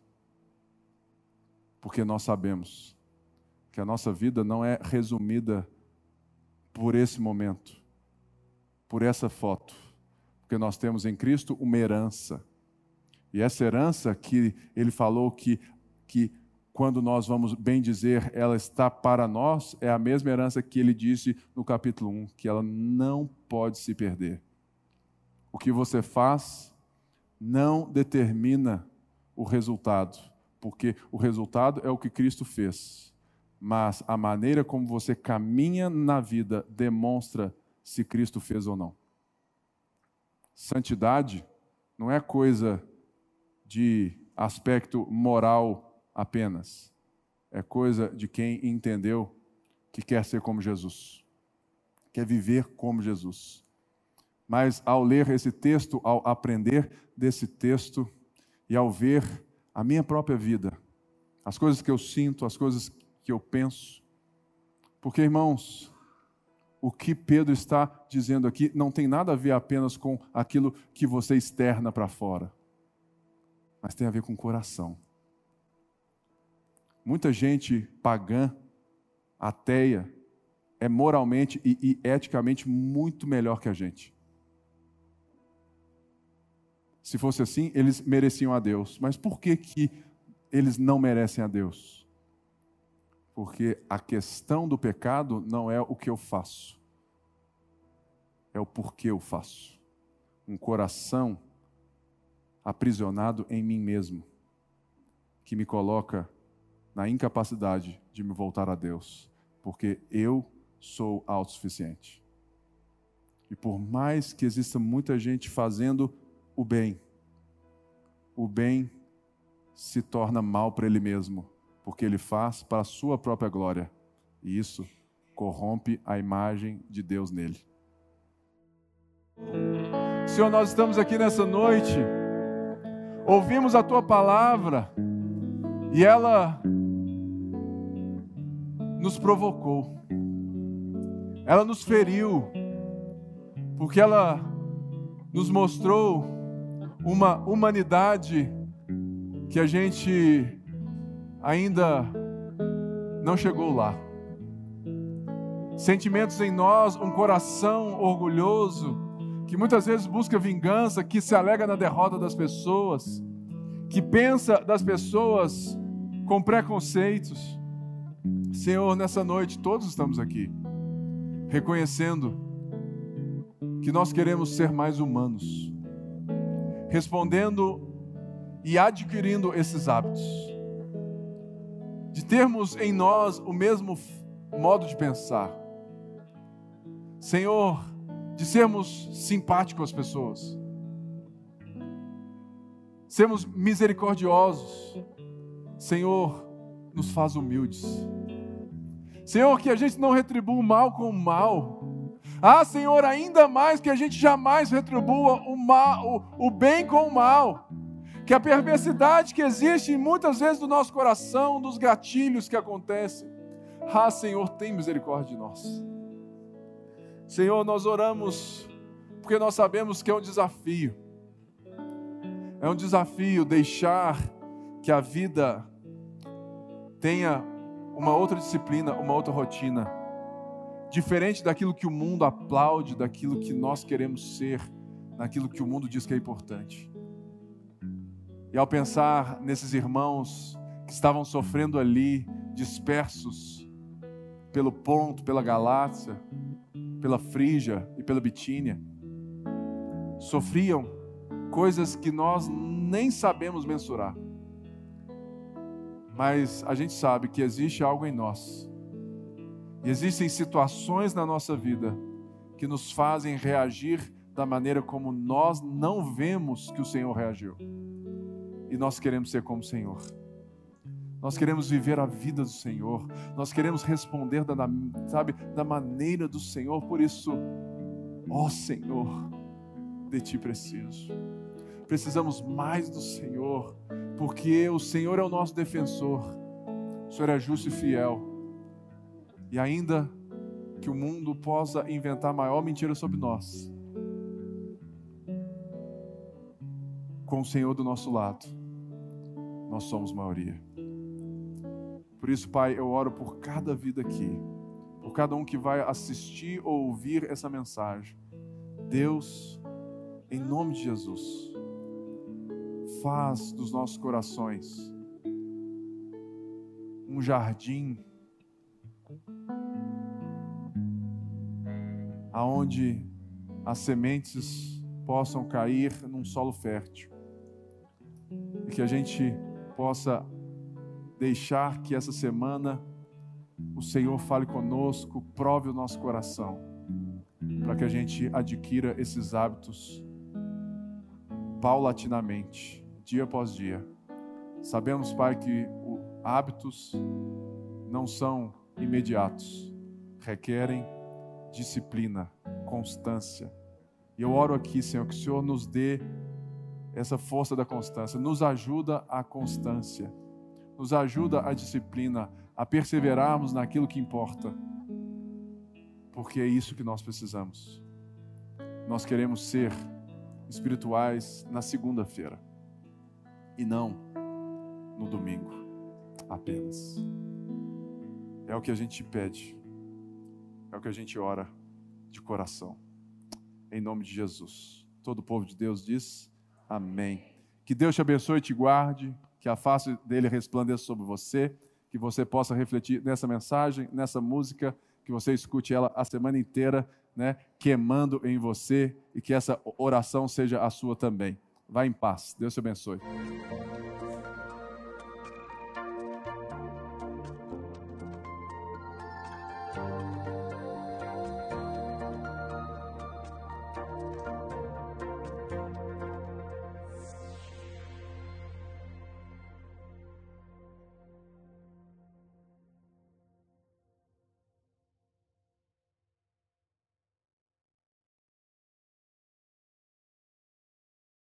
Porque nós sabemos que a nossa vida não é resumida por esse momento, por essa foto, porque nós temos em Cristo uma herança. E essa herança que ele falou que quando nós vamos bem dizer, ela está para nós, é a mesma herança que ele disse no capítulo 1, que ela não pode se perder. O que você faz não determina o resultado, porque o resultado é o que Cristo fez. Mas a maneira como você caminha na vida demonstra se Cristo fez ou não. Santidade não é coisa de aspecto moral apenas. É coisa de quem entendeu que quer ser como Jesus, quer viver como Jesus. Mas ao ler esse texto, ao aprender desse texto e ao ver a minha própria vida, as coisas que eu sinto, as coisas que eu penso, porque, irmãos, o que Pedro está dizendo aqui não tem nada a ver apenas com aquilo que você externa para fora, mas tem a ver com o coração. Muita gente pagã, ateia, é moralmente e eticamente muito melhor que a gente. Se fosse assim, eles mereciam a Deus. Mas por que eles não merecem a Deus? Porque a questão do pecado não é o que eu faço, é o porquê eu faço. Um coração aprisionado em mim mesmo, que me coloca na incapacidade de me voltar a Deus, porque eu sou autossuficiente. E por mais que exista muita gente fazendo o bem se torna mal para ele mesmo, porque ele faz para a sua própria glória, e isso corrompe a imagem de Deus nele. Senhor, nós estamos aqui nessa noite, ouvimos a Tua palavra, e ela nos provocou, ela nos feriu, porque ela nos mostrou uma humanidade que a gente ainda não chegou lá. Sentimentos em nós, um coração orgulhoso, que muitas vezes busca vingança, que se alegra na derrota das pessoas, que pensa das pessoas com preconceitos. Senhor, nessa noite todos estamos aqui, reconhecendo que nós queremos ser mais humanos, respondendo e adquirindo esses hábitos, de termos em nós o mesmo modo de pensar. Senhor, de sermos simpáticos às pessoas, sermos misericordiosos. Senhor, nos faz humildes. Senhor, que a gente não retribua o mal com o mal. Senhor, ainda mais que a gente jamais retribua o bem com o mal. Que a perversidade que existe muitas vezes no nosso coração, dos gatilhos que acontecem. Senhor, tem misericórdia de nós. Senhor, nós oramos porque nós sabemos que é um desafio. É um desafio deixar que a vida tenha uma outra disciplina, uma outra rotina, diferente daquilo que o mundo aplaude, daquilo que nós queremos ser, daquilo que o mundo diz que é importante. E ao pensar nesses irmãos que estavam sofrendo ali, dispersos pelo Ponto, pela Galácia, pela Frígia e pela Bitínia, sofriam coisas que nós nem sabemos mensurar. Mas a gente sabe que existe algo em nós. E existem situações na nossa vida que nos fazem reagir da maneira como nós não vemos que o Senhor reagiu. E nós queremos ser como o Senhor. Nós queremos viver a vida do Senhor. Nós queremos responder da maneira do Senhor. Por isso, Senhor, de Ti preciso. Precisamos mais do Senhor, porque o Senhor é o nosso defensor. O Senhor é justo e fiel. E ainda que o mundo possa inventar a maior mentira sobre nós, com o Senhor do nosso lado, nós somos maioria. Por isso, Pai, eu oro por cada vida aqui, por cada um que vai assistir ou ouvir essa mensagem. Deus, em nome de Jesus, faz dos nossos corações um jardim aonde as sementes possam cair num solo fértil e que a gente possa deixar que essa semana o Senhor fale conosco, prove o nosso coração, para que a gente adquira esses hábitos paulatinamente, dia após dia. Sabemos, Pai, que hábitos não são imediatos, requerem disciplina, constância. E eu oro aqui, Senhor, que o Senhor nos dê essa força da constância, nos ajuda a constância, nos ajuda a disciplina, a perseverarmos naquilo que importa, porque é isso que nós precisamos. Nós queremos ser espirituais na segunda-feira e não no domingo apenas. É o que a gente pede, é o que a gente ora de coração, em nome de Jesus. Todo o povo de Deus diz amém. Que Deus te abençoe e te guarde, que a face dele resplandeça sobre você, que você possa refletir nessa mensagem, nessa música, que você escute ela a semana inteira, queimando em você, e que essa oração seja a sua também. Vá em paz. Deus te abençoe.